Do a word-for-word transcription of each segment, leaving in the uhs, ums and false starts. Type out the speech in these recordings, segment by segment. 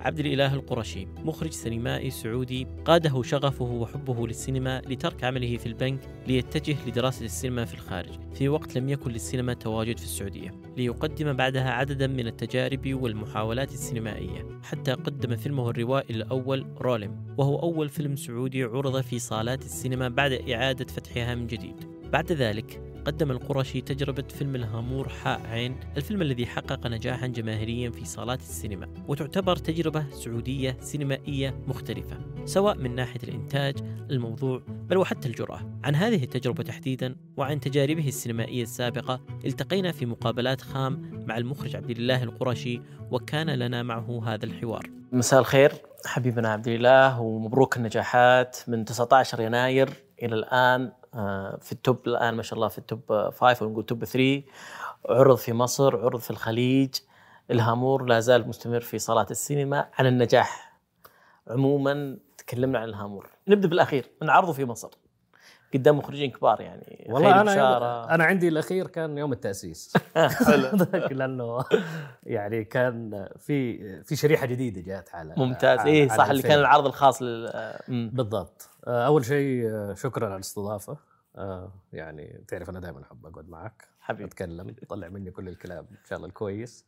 عبد الإله القرشي، مخرج سينمائي سعودي قاده شغفه وحبه للسينما لترك عمله في البنك ليتجه لدراسة السينما في الخارج في وقت لم يكن للسينما تواجد في السعودية، ليقدم بعدها عددا من التجارب والمحاولات السينمائية، حتى قدم فيلمه الروائي الأول رولم، وهو أول فيلم سعودي عرض في صالات السينما بعد إعادة فتحها من جديد. بعد ذلك قدم القرشي تجربة فيلم الهامور حاء عين، الفيلم الذي حقق نجاحا جماهيريا في صالات السينما، وتعتبر تجربة سعودية سينمائية مختلفة سواء من ناحية الإنتاج، الموضوع، بل وحتى الجرأة. عن هذه التجربة تحديدا وعن تجاربه السينمائية السابقة التقينا في مقابلات خام مع المخرج عبد الله القرشي، وكان لنا معه هذا الحوار. مساء الخير حبيبنا عبد الله، ومبروك النجاحات من تسعة عشر يناير إلى الآن في التوب الآن ما شاء الله، في التوب فايف ونقول توب ثري، عرض في مصر، عرض في الخليج. الهامور لا زال مستمر في صالات السينما. عن النجاح عموما تكلمنا عن الهامور، نبدأ بالأخير من عرضه في مصر قدام مخرجين كبار يعني. والله أنا أنا عندي الأخير كان يوم التأسيس لأنه يعني كان في في شريحة جديدة جاءت على ممتاز. على إيه صح على اللي كان العرض الخاص لل... بالضبط. أول شيء شكرا على الاستضافة، يعني تعرف أنا دائما أحب أقعد معك حبيب أتكلم، طلع مني كل الكلام إن شاء الله الكويس.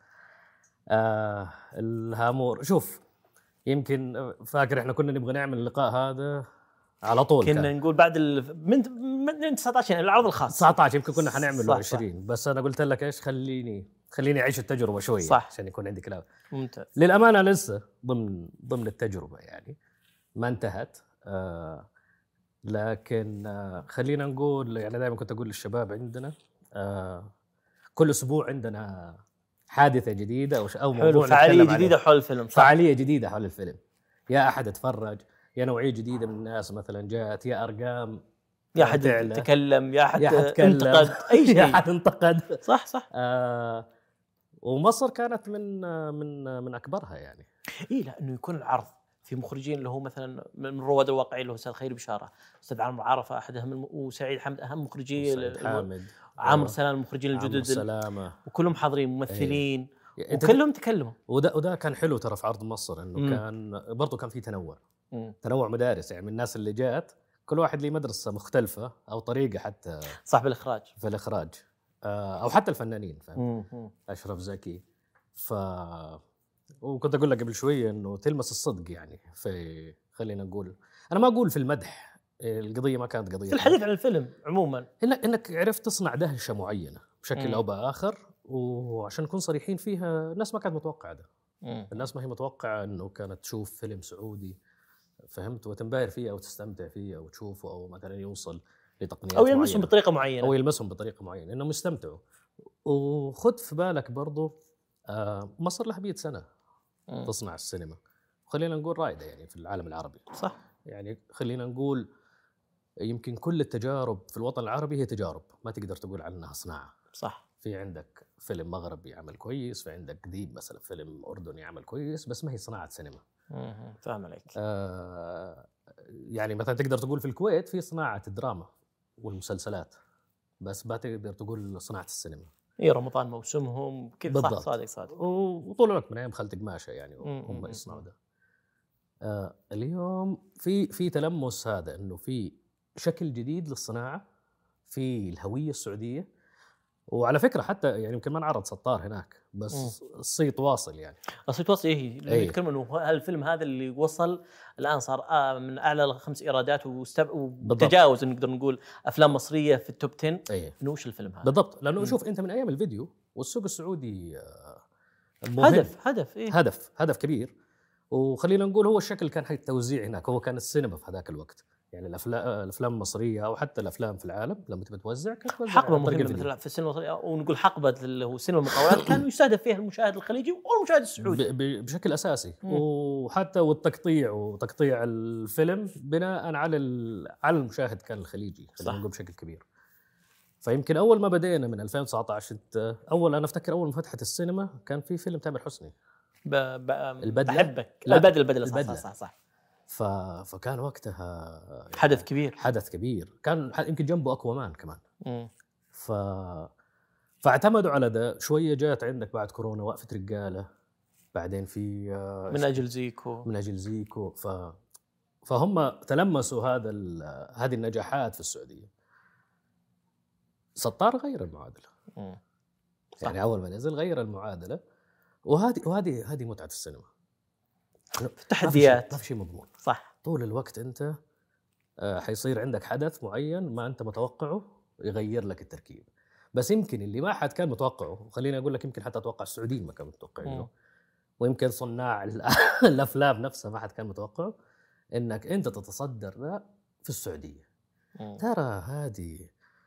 الهامور شوف، يمكن فاكر إحنا كنا نبغى نعمل اللقاء هذا على طول، كنا كان. نقول بعد ال... من من تسعة عشر يعني العرض الخاص تسعة عشر يمكن كنا حنعمله عشرين، بس أنا قلت لك إيش خليني خليني أعيش التجربة شوية صح. عشان يكون عندي كلام ممتاز. للأمانة لسه ضمن ضمن التجربة يعني ما انتهت، آه لكن آه خلينا نقول يعني دائما كنت أقول للشباب عندنا آه كل أسبوع عندنا حادثة جديدة أو أو موضوع فعالية جديدة حول الفيلم صح؟ فعالية جديدة حول الفيلم، يا أحد اتفرج، يا نوعية جديدة من الناس مثلا جاءت، يا أرقام، يا حد تكلم، يا حد انتقد، أي شيء، يا حد انتقد صح صح. آه ومصر كانت من من من أكبرها يعني. إيه لأنه يكون العرض في مخرجين اللي هو مثلا من رواد الواقعي اللي هو أستاذ خيري بشارة، أستاذ عمرو عرفة أحدهم الم... وسعيد حمد أهم مخرجي، حامد، عامر سلام المخرجين الجدد سلامة، وكلهم حاضرين ممثلين ايه. وكلهم تكلموا. وده وده كان حلو ترى في عرض مصر انه مم. كان برضو كان في تنوع مم. تنوع مدارس، يعني من الناس اللي جاءت كل واحد له مدرسة مختلفة أو طريقة حتى صح بالإخراج في الإخراج أو حتى الفنانين فاهم؟ أشرف زكي. ف وكنت أقول لك قبل شوية إنه تلمس الصدق يعني في، خلينا نقول أنا ما أقول في المدح، القضية ما كانت قضية في الحديث عن الفيلم عموما، إنك إنك عرفت تصنع دهشة معينة بشكل مم. أو بآخر، وعشان نكون صريحين فيها الناس ما كانت متوقعة ده. مم. الناس ما هي متوقعة إنه كانت تشوف فيلم سعودي فهمت وتنبهر فيه أو تستمتع فيه أو تشوفه أو مثلا يوصل لتقنيات أو يلمسهم بطريقة معينة أو يلمسهم بطريقة معينة إنهم يستمتعوا. وخذ في بالك برضو آه مصر لها مئة سنة م. تصنع السينما، خلينا نقول رائدة يعني في العالم العربي صح. يعني خلينا نقول يمكن كل التجارب في الوطن العربي هي تجارب، ما تقدر تقول عنها صناعة صح. في عندك فيلم مغربي يعمل كويس، في عندك ديب مثلا فيلم أردني يعمل كويس، بس ما هي صناعة سينما. فاهم عليك. آه يعني مثلا تقدر تقول في الكويت في صناعة الدراما والمسلسلات، بس ما تقدر تقول صناعة السينما. اي رمضان موسمهم كذا صح. صادق صادق. وطول الوقت من ايام خالد قماشة يعني هم يصنعوا ده. آه اليوم في في تلمس هذا انه في شكل جديد للصناعة في الهوية السعودية. وعلى فكرة حتى يعني يمكن ما نعرض ستار هناك، بس مم. الصيت واصل يعني الصيت واصل. إيه اللي نتكلم إنه هالفيلم هذا اللي وصل الآن صار آه من أعلى خمس إيرادات وستب... وتجاوز نقدر نقول أفلام مصرية في التوب عشرة. أيه. إنه وش الفيلم هذا بالضبط، لأنه شوف أنت من أيام الفيديو والسوق السعودي آه هدف هدف إيه؟ هدف هدف كبير. وخلينا نقول هو الشكل كان حق التوزيع هناك، هو كان السينما في هذاك الوقت يعني الافلام الافلام المصريه او حتى الافلام في العالم لما تبي توزع كانت توزع حقبه مهمه مثلا في السينما المصريه، ونقول حقبه اللي هو سينما المقاولات كان يستهدف فيها المشاهد الخليجي والمشاهد السعودي بشكل اساسي. مم. وحتى والتقطيع وتقطيع الفيلم بناء على على المشاهد كان الخليجي خلينا نقول بشكل كبير. فيمكن اول ما بدينا من ألفين وتسعة عشر اول انا افتكر اول ما فتحت السينما كان في فيلم تامر حسني ب... ب... البدلة. احبك البدله البدله صح, البدلة. صح صح صح. ف... فكان وقتها يعني حدث كبير حدث كبير كان يمكن جنبه أكوامان كمان. م. ف... فاعتمدوا على ده شوية. جاءت عندك بعد كورونا وقفة رجالة بعدين في من أجل زيكو من أجل زيكو ف فهم تلمسوا هذا هذه النجاحات في السعودية. ستار غير المعادلة. م. يعني أول ما نزل غير المعادلة، وهذه وهذه هذه متعة السينما. تحديات، ما في شيء مضمون. صح. طول الوقت أنت حيصير عندك حدث معين ما أنت متوقعه يغير لك التركيب. بس يمكن اللي ما حد كان متوقعه، وخليني أقول لك يمكن حتى أتوقع السعوديين ما كانوا متوقعينه، ويمكن صناع الأفلام نفسها ما حد كان متوقعه، إنك أنت تتصدر ذا في السعودية. م. ترى هذه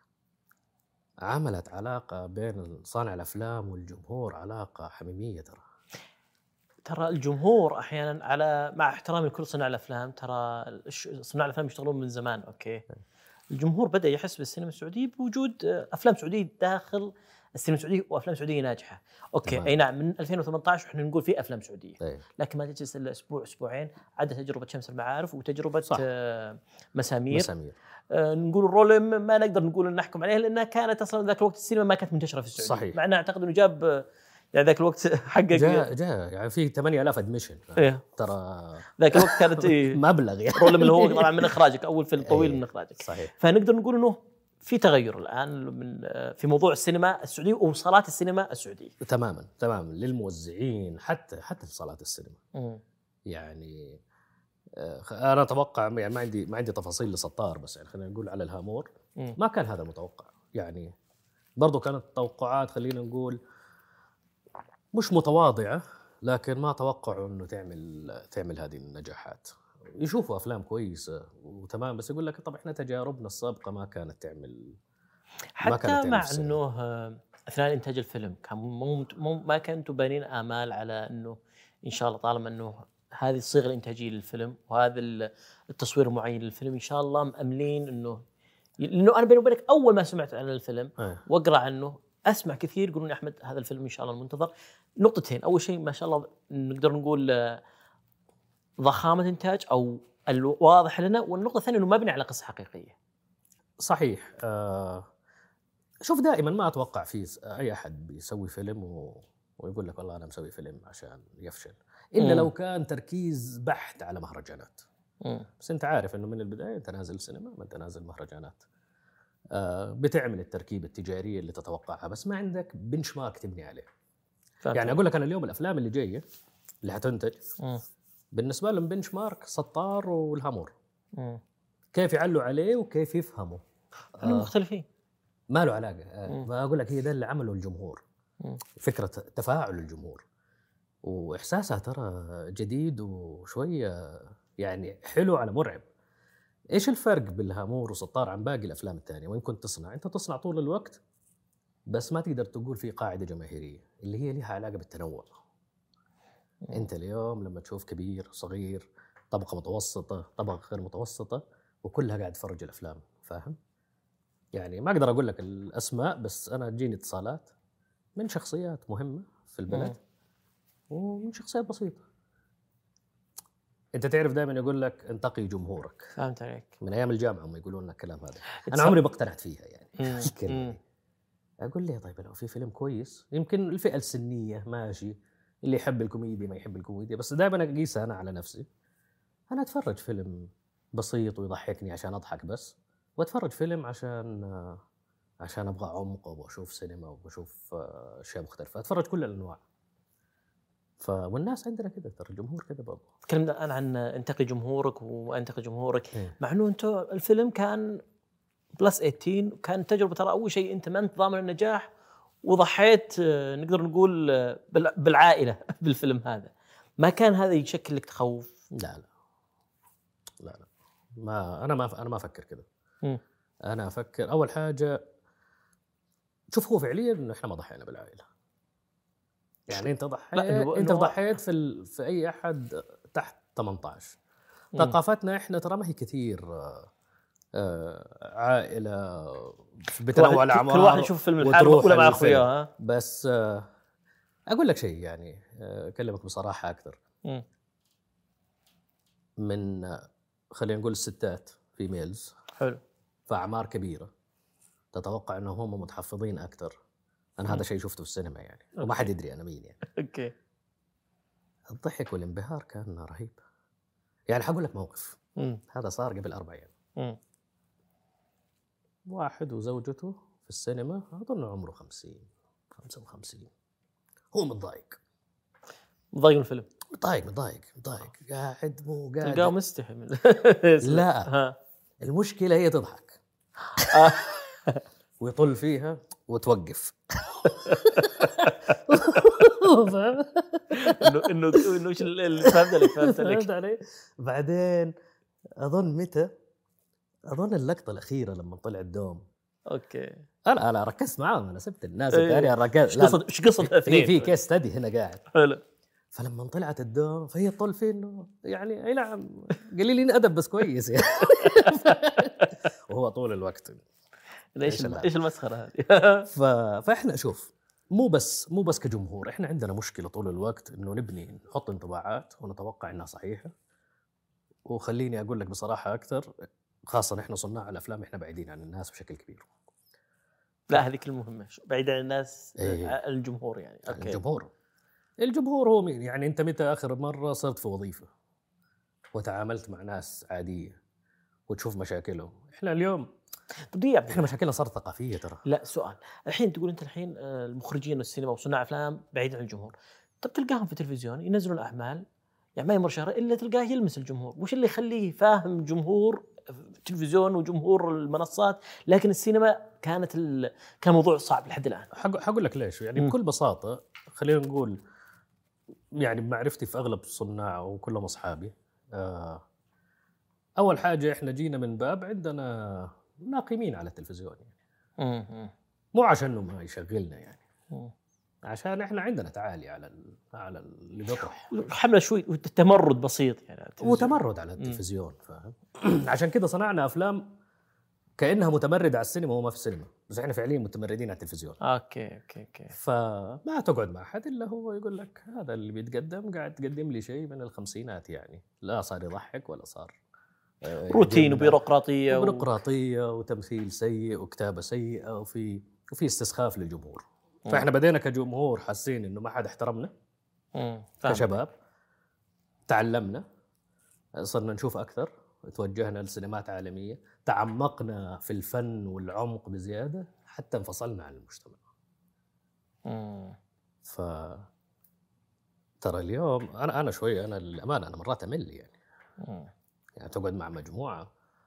عملت علاقة بين صانع الأفلام والجمهور، علاقة حميمية. ترى ترى الجمهور أحياناً، على مع احترامي لكل صناع الأفلام، ترى صناع الأفلام يشتغلون من زمان. أوكي. الجمهور بدأ يحس بالسينما السعودية بوجود أفلام سعودية داخل السينما السعودية، وأفلام سعودية ناجحة. أوكي. تمام. أي نعم، من ألفين وثمانية عشر إحنا نقول في أفلام سعودية. أي. لكن ما تجلس إلا أسبوع أسبوعين عدا تجربة شمس المعارف وتجربة صح. مسامير. مسامير. آه نقول الرولم ما نقدر نقول إن نحكم عليها لأنها كانت أصلاً ذاك الوقت السينما ما كانت منتشرة في السعودية. صحيح. مع أنه أعتقد إنه جاب يعني ذاك الوقت حقق جاء جاء يعني في ثمانية آلاف ادميشن. إيه. ترى ذاك الوقت كانت إيه مبلغ يعني. رولم اللي هو طبعاً من إخراجك، أول فيلم طويل إيه. من إخراجك. صحيح. فنقدر نقول إنه في تغير الآن من في موضوع السينما السعودية وصالات السينما السعودية. تماماً تماماً للموزعين، حتى حتى في صالات السينما. م. يعني أنا أتوقع يعني ما عندي ما عندي تفاصيل لستار، بس يعني خلينا نقول على الهامور م. ما كان هذا متوقع. يعني برضو كانت توقعات خلينا نقول مش متواضعة، لكن ما توقعوا إنه تعمل تعمل هذه النجاحات. يشوفوا أفلام كويسة وتمام، بس يقول لك طب إحنا تجاربنا السابقة ما كانت تعمل حتى ما كانت مع تعمل إنه أثناء إنتاج الفيلم كان مو مو ما كنتوا بانين آمال على إنه إن شاء الله طالما إنه هذه الصيغة الإنتاجية للفيلم وهذا التصوير المعين للفيلم إن شاء الله مأملين إنه، لأنه أنا بيني وبينك أول ما سمعت عن الفيلم أه. وأقرأ عنه أسمع كثير يقولون يا أحمد هذا الفيلم إن شاء الله المنتظر. نقطتين، أول شيء ما شاء الله نقدر نقول ضخامة إنتاج أو الواضح لنا، والنقطة الثانية إنه مبني على قصة حقيقية. صحيح. آه شوف دائما ما أتوقع فيه أي أحد بيسوي فيلم و... ويقول لك والله أنا مسوي فيلم عشان يفشل، إلا م. لو كان تركيز بحت على مهرجانات. م. بس أنت عارف إنه من البداية أنت نازل سينما ما أنت نازل مهرجانات. آه بتعمل التركيبة التجارية اللي تتوقعها، بس ما عندك بنش مارك تبني عليه. فهمت. يعني أقول لك أنا اليوم الأفلام اللي جاية اللي هتنتج م. بالنسبة لهم بنش مارك ستار والهامور. م. كيف يعلوا عليه وكيف يفهموا. آه مختلفين، ما له علاقة. آه بقول لك هي ده اللي عمله الجمهور. م. فكرة تفاعل الجمهور وإحساسها ترى جديد وشوية يعني حلو على مرعب. إيش الفرق بالهامور وستار عن باقي الأفلام الثانية؟ وإن كنت تصنع أنت تصنع طول الوقت، بس ما تقدر تقول في قاعدة جماهيرية اللي هي لها علاقة بالتنوع. م. أنت اليوم لما تشوف كبير صغير طبقة متوسطة طبقة غير متوسطة وكلها قاعد تفرج الأفلام، فاهم؟ يعني ما أقدر أقول لك الأسماء، بس أنا تجيني اتصالات من شخصيات مهمة في البلد م. ومن شخصيات بسيطة. أنت تعرف دائما يقول لك انتقي جمهورك. فهمت عليك. من أيام الجامعة هم يقولون لنا الكلام هذا. أنا عمري ما اقتنعت فيها يعني. م. أقول لي طيب لو في فيلم كويس يمكن الفئة السنية ماشي، اللي يحب الكوميديا ما يحب الكوميديا، بس دائما أقيسها أنا على نفسي. أنا أتفرج فيلم بسيط ويضحكني عشان أضحك بس، وأتفرج فيلم عشان عشان أبغى عمق وأشوف سينما وأشوف أشياء مختلفة. أتفرج كل الأنواع. والناس عندنا كده، ترى الجمهور كده برضه. تكلمنا الآن عن انتقي جمهورك وأنتقي جمهورك. م. مع إنه أنت الفيلم كان بلس ثمانية عشر وكان تجربة، ترى أول شيء أنت ما أنت ضامن النجاح وضحيت نقدر نقول بالعائلة بالفيلم هذا. ما كان هذا يشكل لك تخوف؟ لا لا لا لا ما أنا ما أنا ما أفكر كده. م. أنا أفكر أول حاجة، شوف هو فعليا إنه إحنا ما ضحينا بالعائلة. يعني أنت ضحيت أنت ضحيت في ال... في أي أحد تحت ثمانية عشر. م. ثقافتنا إحنا ترى ما هي كثير آه عائلة بتنوع الأعمار، كل واحد يشوف فيلم الحال ولا مع أخوياه. بس آه أقول لك شيء يعني آه أكلمك بصراحة أكثر. م. من آه خلينا نقول الستات في ميلز حلو فأعمار كبيرة تتوقع أنهم هم متحفظين أكثر. أنا م. هذا شيء شفته في السينما يعني. أوكي. وما حد يدري أنا مين يعني. أوكي. الضحك والانبهار كان رهيب. يعني حقول لك موقف مم. هذا صار قبل أربع أيام. مم. واحد وزوجته في السينما، أظن عمره خمسين خمسة وخمسين، هو متضايق ضايق الفيلم، متضايق متضايق متضايق قاعد مو قاعد تلقاه مستحي من لا ها. المشكلة هي تضحك ويطل فيها وتوقف انه انه انه ايش اللي فهمت عليك فهمت عليك علي. بعدين اظن متى اظن اللقطه الاخيره لما طلع الدوم. اوكي انا انا ركزت معاهم، انا سبت الناس إيه. الثانيه ركزت. ايش قصد ايش قصد في الاثنين في كيس ستدي هنا قاعد. حلو. فلما طلعت الدوم فهي طل فيه انه يعني اي نعم قليلين ادب بس كويس يعني. وهو طول الوقت ايش ايش المسخره هذه؟ ف... فاحنا شوف مو بس مو بس كجمهور، احنا عندنا مشكله طول الوقت انه نبني نحط انطباعات ونتوقع انها صحيحه. وخليني اقول لك بصراحه اكثر، خاصه احنا صناع الافلام احنا بعيدين عن الناس بشكل كبير. لا هذيك المهمه، بعيد عن الناس. إيه. الجمهور يعني. أوكي. الجمهور الجمهور هو مين؟ يعني انت متى اخر مره صرت في وظيفه وتعاملت مع ناس عاديه وتشوف مشاكلهم؟ احنا اليوم طب دي احنا مشاكلنا صارت ثقافيه ترى. لا سؤال، الحين تقول انت الحين المخرجين والسينما وصناع افلام بعيد عن الجمهور، طب تلقاهم في التلفزيون ينزلون الاعمال يعني ما يمر شهر الا تلقاه يلمس الجمهور. وش اللي يخليه فاهم جمهور التلفزيون وجمهور المنصات، لكن السينما كانت ال... كان موضوع صعب لحد الان؟ حقول لك ليش يعني. م. بكل بساطه خلينا نقول يعني بمعرفتي في اغلب الصناع وكلهم اصحابي، آه اول حاجه احنا جينا من باب عندنا ناقمين على التلفزيون يعني. م- مو عشان ما يشغلنا يعني، م. عشان احنا عندنا تعالي على ال على اللي بيطرح، حمله شوي تمرد بسيط يعني وتمرد على التلفزيون فاهم. عشان كده صنعنا افلام كانها متمرده على السينما وما في السينما، بس احنا فعليا متمردين على التلفزيون. اوكي اوكي اوكي فما تقعد مع احد الا هو يقول لك هذا اللي بيتقدم قاعد تقدم لي شيء من الخمسينات يعني، لا صار يضحك ولا صار روتين وبيروقراطيه وبيروقراطيه و... وتمثيل سيء وكتابه سيئه وفي وفي استسخاف للجمهور. مم. فاحنا بدينا كجمهور حاسين انه ما حد احترمنا كشباب، تعلمنا صرنا نشوف اكثر، توجهنا لسينمات عالميه، تعمقنا في الفن والعمق بزياده، حتى انفصلنا عن المجتمع. امم ف ترى اليوم انا انا شوي انا الامانه انا مرات امل يعني. مم. يعني تقعد مع مجموعه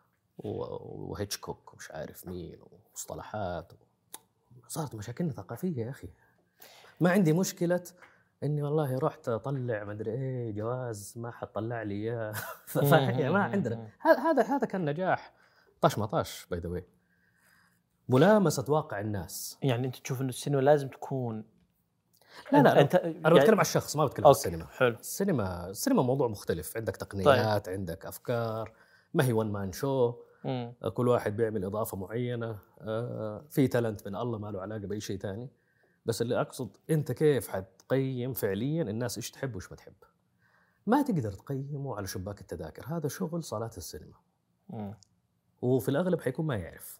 وهيتشكوك ومش عارف مين ومصطلحات و... صارت مشاكلنا ثقافيه يا اخي. ما عندي مشكله اني والله رحت اطلع ما ادري ايه جواز ما حد طلع لي اياه. يعني ما عندنا هذا هذا كان نجاح طش مطاش باي ذا واي، ملامسه واقع الناس. يعني انت تشوف انه السينما لازم تكون لا لا انت انا يعني بتكلم على الشخص، ما بتكلم على السينما. حلو. السينما السينما موضوع مختلف، عندك تقنيات طيب. عندك افكار، ما هي ون مان شو. مم. كل واحد بيعمل اضافه معينه، في تالنت من الله ما له علاقه باي شيء ثاني. بس اللي اقصد انت كيف حتقيم فعليا الناس ايش تحب وايش ما تحب. ما تقدر تقيمه على شباك التذاكر، هذا شغل صالات السينما. مم. وفي الاغلب حيكون ما يعرف.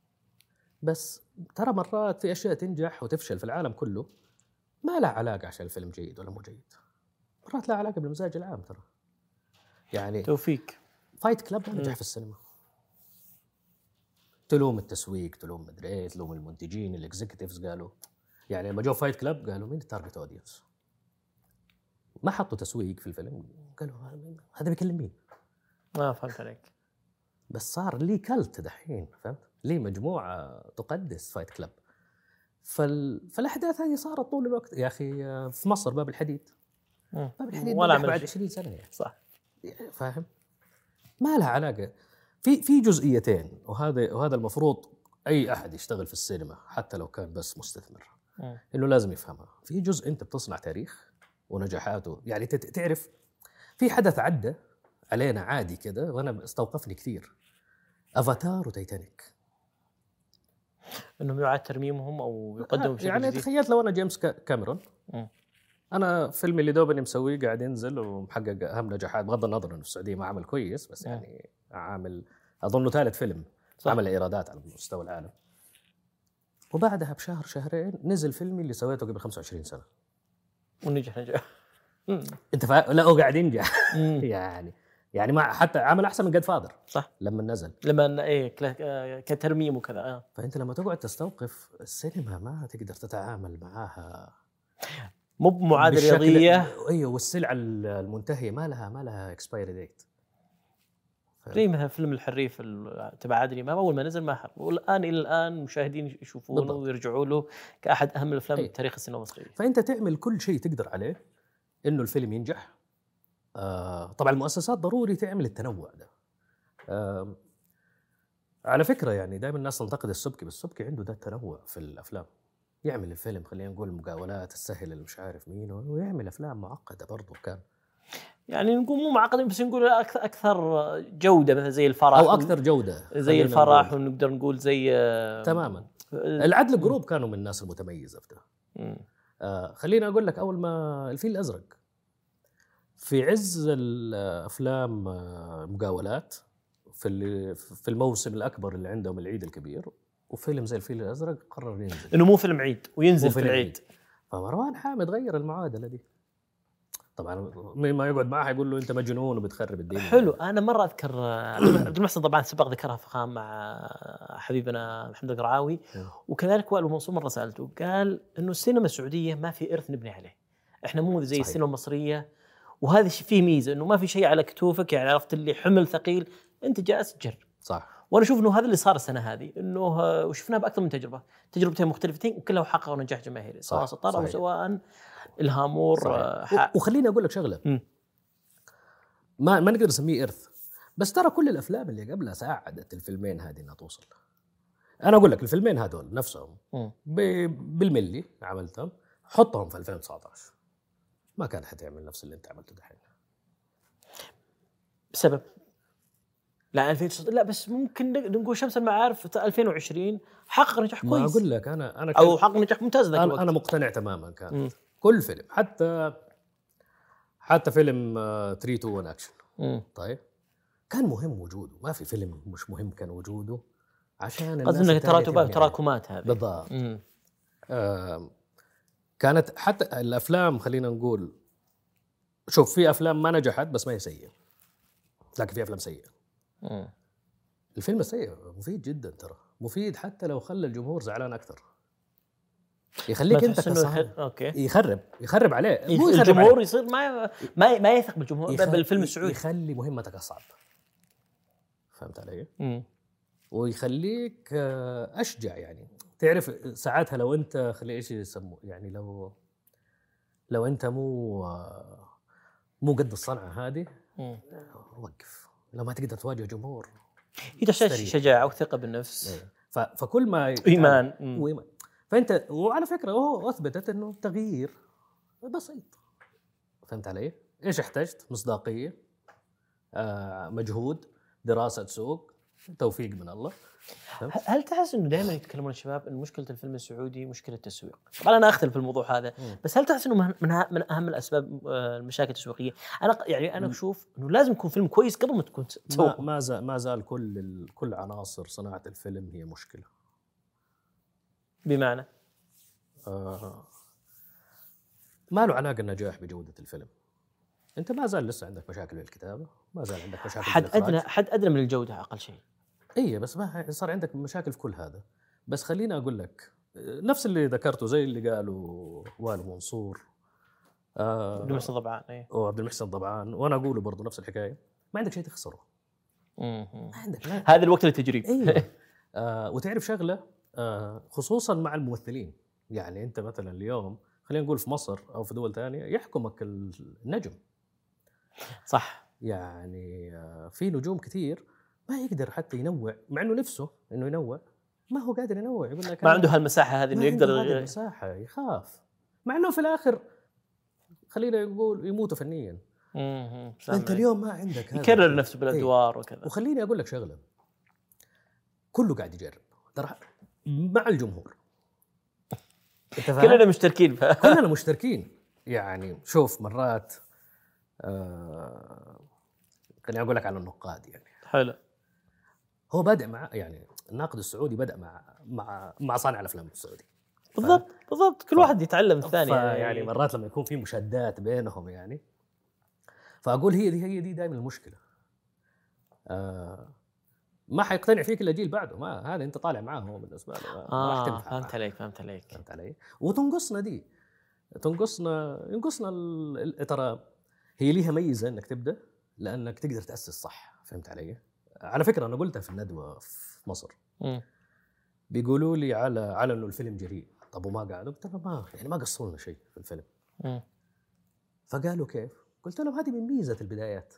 بس ترى مرات في اشياء تنجح وتفشل في العالم كله ما لها علاقه عشان الفيلم جيد ولا مو جيد، مرات لها علاقه بالمزاج العام. ترى يعني توفيق فايت كلاب ما نجح في السينما، تلوم التسويق، تلوم مدري ايه، تلوم المنتجين الاكزيكتيفز. قالوا يعني لما جو فايت كلاب قالوا مين التارجت اودينس، ما حطوا تسويق في الفيلم، قالوا هذا بيكلم مين. ما فهمت عليك. بس صار لي كلت دحين، فهمت ليه مجموعه تقدس فايت كلاب. فال... فالاحداث هذه صارت طول الوقت يا اخي. في مصر باب الحديد، باب الحديد ولا بعد عشرين سنه يعني. صح فاهم، ما لها علاقه. في في جزئيتين، وهذا وهذا المفروض اي احد يشتغل في السينما حتى لو كان بس مستثمر م. انه لازم يفهمها. في جزء انت بتصنع تاريخ ونجاحاته، يعني تعرف في حدث عدى علينا عادي كده وانا استوقفني كثير، افاتار وتايتانيك، انهم يعاد ترميمهم او يقدموا بشكل يعني جديد. تخيلت لو انا جيمس كاميرون م. انا فيلمي اللي دوبني مسويه قاعد ينزل ومحقق اهم نجاحات، بغض النظر انه في السعوديه ما عمل كويس، بس يعني عامل اظنه ثالث فيلم صح. عمل ايرادات على مستوى العالم. وبعدها بشهر شهرين نزل فيلمي اللي سويته قبل خمسة وعشرين سنه ونجح نجاح. انت فا... لا هو قاعد ينجح يعني يعني ما حتى عمل احسن من جاد فادر صح لما نزل لما ايه كترميم وكذا آه. فانت لما تقعد تستوقف السينما ما تقدر تتعامل معاها مو بمعادله رياضيه. ايوه والسلعه المنتهيه ما لها ما لها اكسبايري ديت زي مثلا فيلم الحريف تبع عادل امام اول ما نزل ما حب والان الى الان مشاهدين يشوفونه ويرجعوا له كاحد اهم الافلام في تاريخ السينما المصريه. فانت تعمل كل شيء تقدر عليه انه الفيلم ينجح. آه طبعا المؤسسات ضروري تعمل التنوع ده. آه على فكره يعني دائما الناس تنتقد السبكي بس السبكي عنده ده التنوع في الافلام. يعمل الفيلم خلينا نقول المقاولات السهل اللي مش عارف مين ويعمل افلام معقده برضه كان يعني نقول مو معقد بس نقول اكثر اكثر جوده مثلا زي الفرح او اكثر جوده زي الفرح ونقدر نقول زي تماما العدل جروب كانوا من الناس المتميزه في ده. آه خليني اقول لك اول ما الفيل الازرق في عز الافلام مقاولات في في الموسم الاكبر اللي عندهم العيد الكبير وفيلم زي الفيل الازرق قرر ينزل انه مو فيلم عيد وينزل في العيد. فمروان حامد غير المعادله دي طبعا ما يقعد معه يقول له انت مجنون وبتخرب الدنيا. حلو. انا مره اذكر عبد المحسن طبعا سبق ذكرها فخام مع حبيبنا محمد القرعاوي وكذلك وائل منصور مره سالته قال انه السينما السعوديه ما في ارث نبني عليه. احنا مو زي صحيح. السينما المصريه وهذا فيه ميزه انه ما في شيء على كتوفك يعني عرفت اللي حمل ثقيل انت جالس تجرب. صح. وانا اشوف انه هذا اللي صار السنه هذه انه وشفناه باكثر من تجربه تجربتين مختلفتين وكلها حققوا نجاح جماهيري سواء سطر او سواء الهامور. ح... وخليني اقول لك شغله م. ما ما نقدر نسميه ارث بس ترى كل الافلام اللي قبلها ساعدت الفيلمين هذه انها توصل. انا اقول لك الفيلمين هذول نفسهم ب... بالملي عملتهم حطهم في ألفين وتسعة عشر ما كان حتعمل نفس اللي انت عملته دحين بسبب لا ألفين لا بس ممكن نقول شمس المعارف في ألفين وعشرين حقق نجاح كويس. ما اقول لك انا انا او حقق نجاح ممتاز ذاك الوقت. انا مقتنع تماما كان م. كل فيلم حتى حتى فيلم ثري تو ون اكشن طيب كان مهم وجوده ما في فيلم مش مهم كان وجوده عشان قصدي انك تراتبات تراكمات هذه بالضبط. آه كانت حتى الافلام خلينا نقول شوف في افلام ما نجحت بس ما هي سيئه لكن في افلام سيئه. مم. الفيلم السيء مفيد جدا ترى مفيد حتى لو خلى الجمهور زعلان اكثر يخليك انت كصاحب اوكي يخرب يخرب عليه مو الجمهور عليه. يصير ما ما ما يثق بالجمهور يخل... بالفيلم السعودي يخلي مهمتك اصعب فهمت علي؟ مم. ويخليك اشجع يعني تعرف ساعاتها لو انت خلي ايش يسموه يعني لو لو انت مو مو قد الصنعه هذه وقف لو ما تقدر تواجه جمهور هي تحتاج شجاعة وثقة بالنفس فكل ما إيمان وإيمان فأنت وعلى فكرة هو أثبتت إنه تغيير بسيط فهمت علي؟ إيش احتجت؟ مصداقية آه مجهود دراسة سوق توفيق من الله. هل تحس إنه دائما يتكلمون الشباب إن مشكلة الفيلم السعودي مشكلة تسويق؟ طبعا أنا أختلف في الموضوع هذا م. بس هل تحس إنه من من أهم الأسباب المشاكل التسويقية؟ أنا يعني أنا أشوف إنه لازم يكون فيلم كويس قبل ما تكون تسوق. ما زال ما زال كل كل عناصر صناعة الفيلم هي مشكلة. بمعنى؟ آه ما له علاقة النجاح بجودة الفيلم. أنت ما زال لسه عندك مشاكل بالكتابة، ما زال عندك مشاكل حد أدنى حد أدنى من الجودة أقل شيء. إيه بس ما صار عندك مشاكل في كل هذا. بس خليني أقول لك نفس اللي ذكرته زي اللي قالوا وائل منصور آه عبد المحسن ضبعان إيه وعبد المحسن ضبعان وأنا أقوله برضو نفس الحكاية ما عندك شيء تخسره. ما عندك لا. هذا الوقت للتجريب. إيه. آه وتعرف شغلة آه خصوصا مع الممثلين يعني أنت مثلا اليوم خلينا نقول في مصر أو في دول ثانية يحكمك النجم صح يعني آه في نجوم كثير ما يقدر حتى ينوع مع انه نفسه انه ينوع ما هو قادر ينوع يقول لك ما عنده هالمساحه هذه انه يقدر هذه المساحه يخاف مع انه في الاخر خلينا نقول يموتوا فنيا. انت اليوم ما عندك هذا يكرر نفسه بالادوار ايه. وكذا. وخليني اقول لك شغله كله قاعد يجرب ترى مع الجمهور كلنا مشتركين كلنا مشتركين يعني شوف مرات آه خليني اقول لك على النقاد يعني حلو هو بدأ مع يعني الناقد السعودي بدأ مع مع مع صانع الافلام السعودي بالضبط بالضبط كل ف... واحد يتعلم الثاني يعني, يعني مرات لما يكون في مشادات بينهم يعني فاقول هي دي هي دي دائما المشكله. آه ما حيقتنع فيك الا جيل بعده، ما هذا انت طالع معاه هو بالنسبه له ما آه راح فهمت عليك فهمت عليك فهمت علي. وتنقصنا دي تنقصنا ينقصنا ترى هي ليها ميزه انك تبدا لانك تقدر تاسس صح. فهمت علي؟ على فكره انا قلتها في الندوه في مصر م. بيقولوا لي على على انه الفيلم جريء. طب وما قالوا؟ قلت لهم ما يعني ما قصوا لنا شيء في الفيلم. م. فقالوا كيف؟ قلت لهم هذه من ميزه البدايات،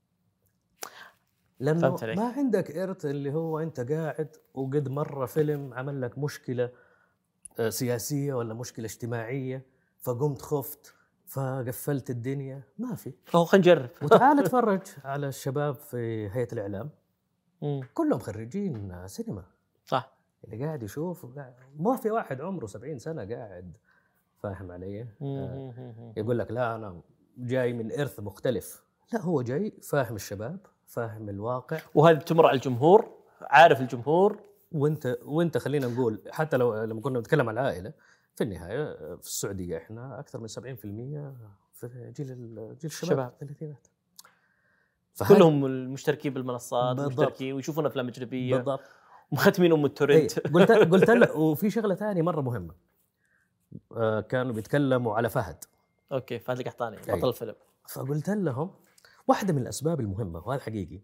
لانه ما عندك إرث اللي هو انت قاعد وقد مره فيلم عمل لك مشكله سياسيه ولا مشكله اجتماعيه فقمت خفت فقفلت الدنيا. ما في. فهو خلينا نجرب. وتعال اتفرج على الشباب في هيئه الاعلام م. كلهم خريجين سينما صح. اللي قاعد يشوف ما في واحد عمره سبعين سنه قاعد. فاهم علي؟ آه يقول لك لا انا جاي من إرث مختلف. لا هو جاي فاهم الشباب فاهم الواقع، وهذه بتمر على الجمهور، عارف الجمهور. وانت وانت خلينا نقول حتى لو لما كنا نتكلم عن العائله في النهايه في السعوديه احنا اكثر من سبعين بالمئة في جيل جيل الشباب الثلاثينات، كلهم المشتركين بالمنصات المشتركين ويشوفون افلام اجنبيه بالضبط ومختمين ام التورنت. قلت قلت له. وفي شغله ثانيه مره مهمه آه كانوا بيتكلموا على فهد. اوكي فهد القحطاني بطل الفيلم. فقلت لهم واحدة من الأسباب المهمة وهذا حقيقي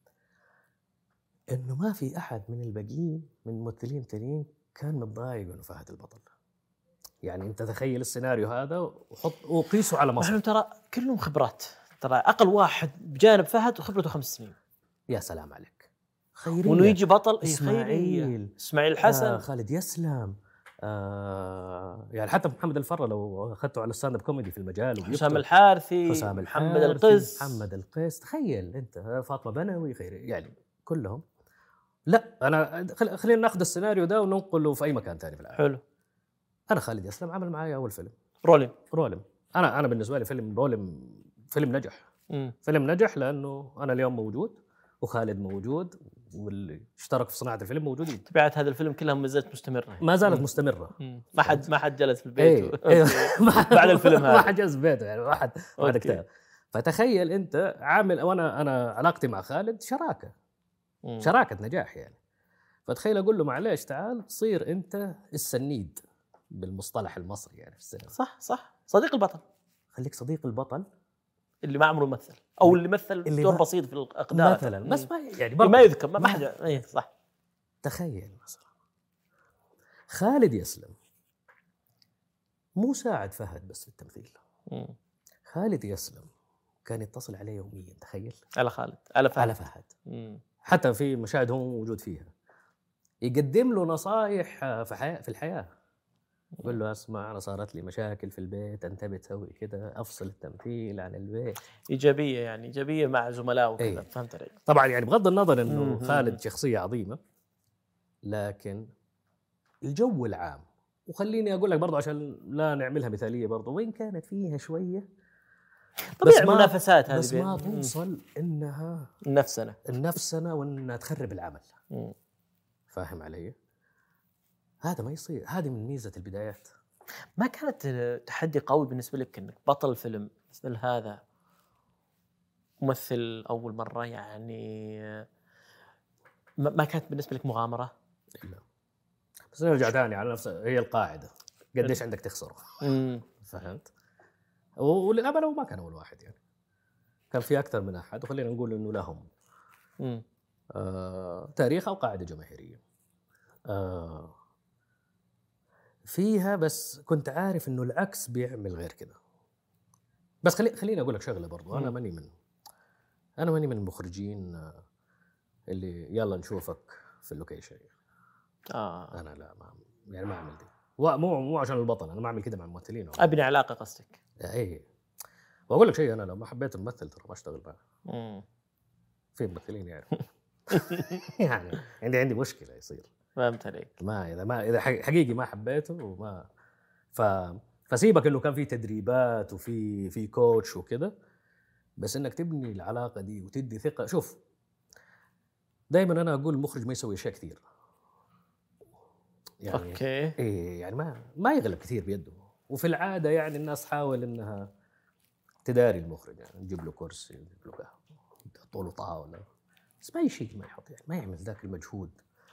إنه ما في أحد من الباقيين من الممثلين التانيين كان متضايق إنه فهد البطل. يعني أنت تخيل السيناريو هذا وحط وقيسه على مصر. نحن ترى كلهم خبرات، ترى أقل واحد بجانب فهد وخبرته خمس سنين. يا سلام عليك. خيرية وإنه يجي بطل إسماعيل إسماعيل الحسن آه خالد يسلم آه يعني حتى محمد الفرة لو أخذته على الستاند اب كوميدي في المجال، حسام الحارثي حسام محمد القيس محمد القيس تخيل أنت فاطمة بنوي خيري يعني كلهم. لا أنا خلينا ناخذ السيناريو ده وننقله في أي مكان تاني في العالم. حلو. أنا خالد يسلم عمل معايا أول فيلم رولم رولم أنا أنا بالنسبة لي فيلم رولم فيلم نجح. م. فيلم نجح لأنه أنا اليوم موجود وخالد موجود واللي اشترك في صناعة الفيلم موجودين. تبعت هذا الفيلم كلها ما زالت مستمرة. ما زالت مستمرة. ما حد ما حد جلس في البيت. ايه. بعد الفيلم هذا ما حد جلس في بيته يعني ما حد ما حد اكتئب. فتخيل أنت عامل وأنا أنا علاقتي مع خالد شراكة مم. شراكة نجاح يعني. فتخيل أقول له معليش تعال صير أنت السنيد بالمصطلح المصري يعني في السينما. صح صح صديق البطل. خليك صديق البطل اللي ما عمره مثل او اللي مثل دور بسيط في الاقدار مثلا بس ما يعني ما يذكر ما, ما حد اي صح. تخيل مثلا خالد يسلم مو ساعد فهد بس في التمثيل. مم. خالد يسلم كان يتصل عليه يوميا. تخيل على خالد على فهد, على فهد. حتى في مشاهد هو موجود فيها يقدم له نصائح في حياة في الحياه. يقول له اسمع انا صارت لي مشاكل في البيت انت بتسوي كده افصل التمثيل عن البيت. ايجابيه يعني ايجابيه مع زملائه وكذا. ايه. فهمت عليك. طبعا يعني بغض النظر انه خالد شخصيه عظيمه لكن الجو العام وخليني اقول لك برضه عشان لا نعملها مثاليه برضه وين كانت فيها شويه طبيعي المنافسات هذه بس ما توصل انها النفسنه النفسنه وانها تخرب العمل. مم. فاهم علي؟ هذا ما يصير. هذه من ميزة البدايات. ما كانت تحدي قوي بالنسبة لك إنك بطل فيلم مثل هذا ممثل أول مرة يعني ما كانت بالنسبة لك مغامرة؟ لا بس نرجع ثاني على نفس هي القاعدة قديش عندك تخسره. فهمت؟ وللأمانة لو ما كان أول واحد يعني كان في أكثر من أحد وخلينا نقول إنه لهم آه تاريخ أو قاعدة جماهيرية آه فيها. بس كنت عارف انه العكس بيعمل غير كده. بس خلي خليني اقول لك شغله برضو. انا ماني من انا ماني من المخرجين اللي يلا نشوفك في اللوكيشن. اه انا لا ما يعني ما اعمل دي. مو مو عشان البطل انا ما اعمل كده مع الممثلين. ابني علاقه قصدك. ايه. واقول لك شيء انا لو ما حبيت الممثل ترى ما اشتغل معه. في ممثلين يعني يعني عندي عندي مشكله يصير. فهمت عليك. ما اذا ما اذا حقيقي ما حبيته وما ف فسيبك انه كان في تدريبات وفي في كوتش وكده بس انك تبني العلاقه دي وتدي ثقه. شوف دائما انا اقول المخرج ما يسوي اشياء كثير يعني اوكي ايه يعني ما ما يغلب كثير بيده. وفي العاده يعني الناس تحاول انها تداري المخرج، يعني نجيب له كرسي، نجيب له قهوه، نحط له طاوله، بس ما أي شيء ما يحط، يعني ما يعمل ذاك المجهود.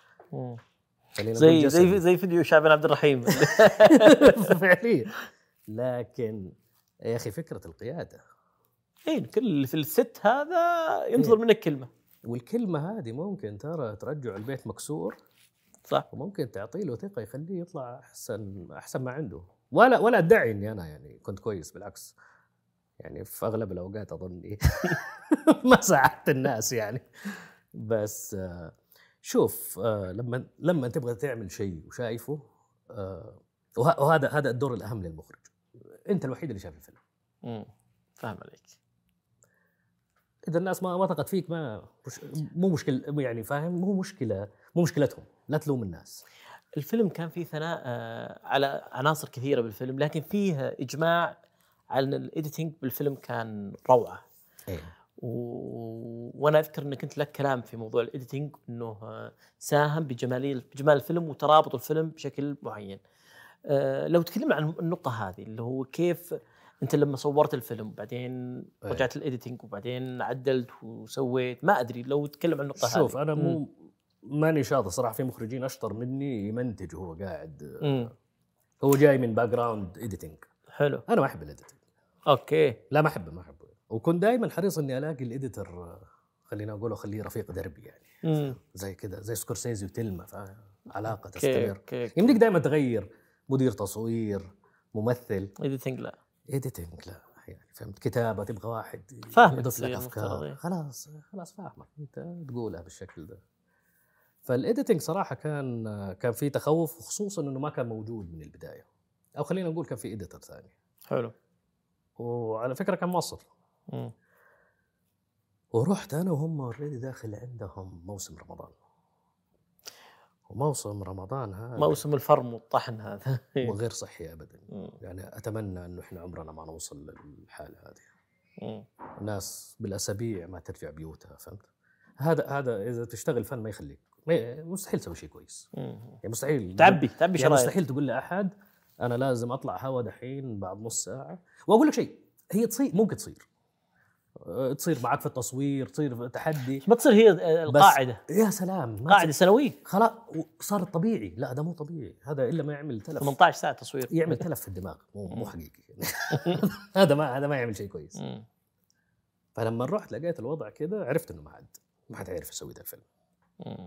زي زي زي فيديو شعبان عبد الرحيم فعليا. لكن يا اخي فكره القياده، ايه كل في الست هذا ينتظر منك كلمه، والكلمه هذه ممكن ترى ترجع البيت مكسور، صح، وممكن تعطي له ثقه يخليه يطلع احسن احسن ما عنده. ولا ولا ادعي اني انا يعني كنت كويس، بالعكس يعني في اغلب الاوقات اظني ما ساعدت الناس يعني. بس شوف لما لما تبغى تعمل شيء وشايفه، وهذا هذا الدور الاهم للمخرج، انت الوحيد اللي شايف الفيلم. امم فاهم عليك. اذا الناس ما وثقت فيك ما مو مشكله، يعني فاهم، مو مشكله مو مشكلتهم، لا تلوم الناس. الفيلم كان فيه ثناء على عناصر كثيره بالفيلم، لكن فيه اجماع على ان الايديتنج بالفيلم كان روعه. ايه. و... وانا اذكر انك كنت لك كلام في موضوع الايديتنج، انه ساهم بجماليه بجمال الفيلم وترابط الفيلم بشكل معين. أه لو تكلمنا عن النقطه هذه، اللي هو كيف انت لما صورت الفيلم وبعدين رجعت الايديتنج وبعدين عدلت وسويت، ما ادري لو تكلم عن النقطه هذه. شوف انا مو م. ماني شاطر صراحه، في مخرجين اشطر مني يمنتج وهو قاعد م. هو جاي من باك جراوند ايديتنج. حلو. انا ما احب الايديتنج. اوكي. لا ما احبه ما احبه وكنت دائما حريص اني الاقي الاديتور، خلينا اقوله خليه رفيق دربي يعني. م. زي كذا زي سكورسيزي وتلمة، فعلاقه تستمر. يمديك دائما تغير مدير تصوير، ممثل. ايديتنج لا ايديتنج لا يعني فهمت، كتابه تبغى واحد فاهم يضيف لك افكار، خلاص خلاص فاهمك انت تقولها بالشكل ده. فالايديتنج صراحه كان كان في تخوف، وخصوصا انه ما كان موجود من البدايه، او خلينا نقول كان في ايديتور ثاني. حلو. وعلى فكره كان مصر. م. ورحت انا وهم اوريدي داخل عندهم موسم رمضان، وموسم رمضان هذا موسم الفرم والطحن هذا وغير صحي ابدا. م. يعني اتمنى انه احنا عمرنا ما نوصل للحاله هذه. م. الناس بالاسابيع ما ترجع بيوتها، فهمت؟ هذا هذا اذا تشتغل فن ما يخليك، مستحيل تسوي شيء كويس. م. يعني مستحيل تعبي تعبي يعني مستحيل تقول لاحد انا لازم اطلع هوا دحين بعد نص ساعه. واقول لك شيء، هي تصير، ممكن تصير تصير معك في التصوير، تصير تحدي، ما تصير هي القاعده. يا سلام، قاعده سنويه خلاص صارت طبيعي. لا ده مو طبيعي، هذا الا ما يعمل تلف. ثمانية عشر ساعه تصوير يعمل تلف في الدماغ، مو مو حقيقي. هذا ما هذا ما يعمل شيء كويس. م. فلما رحت لقيت الوضع كذا، عرفت انه ما حد ما حد يعرف يسوي ذا الفيلم. م.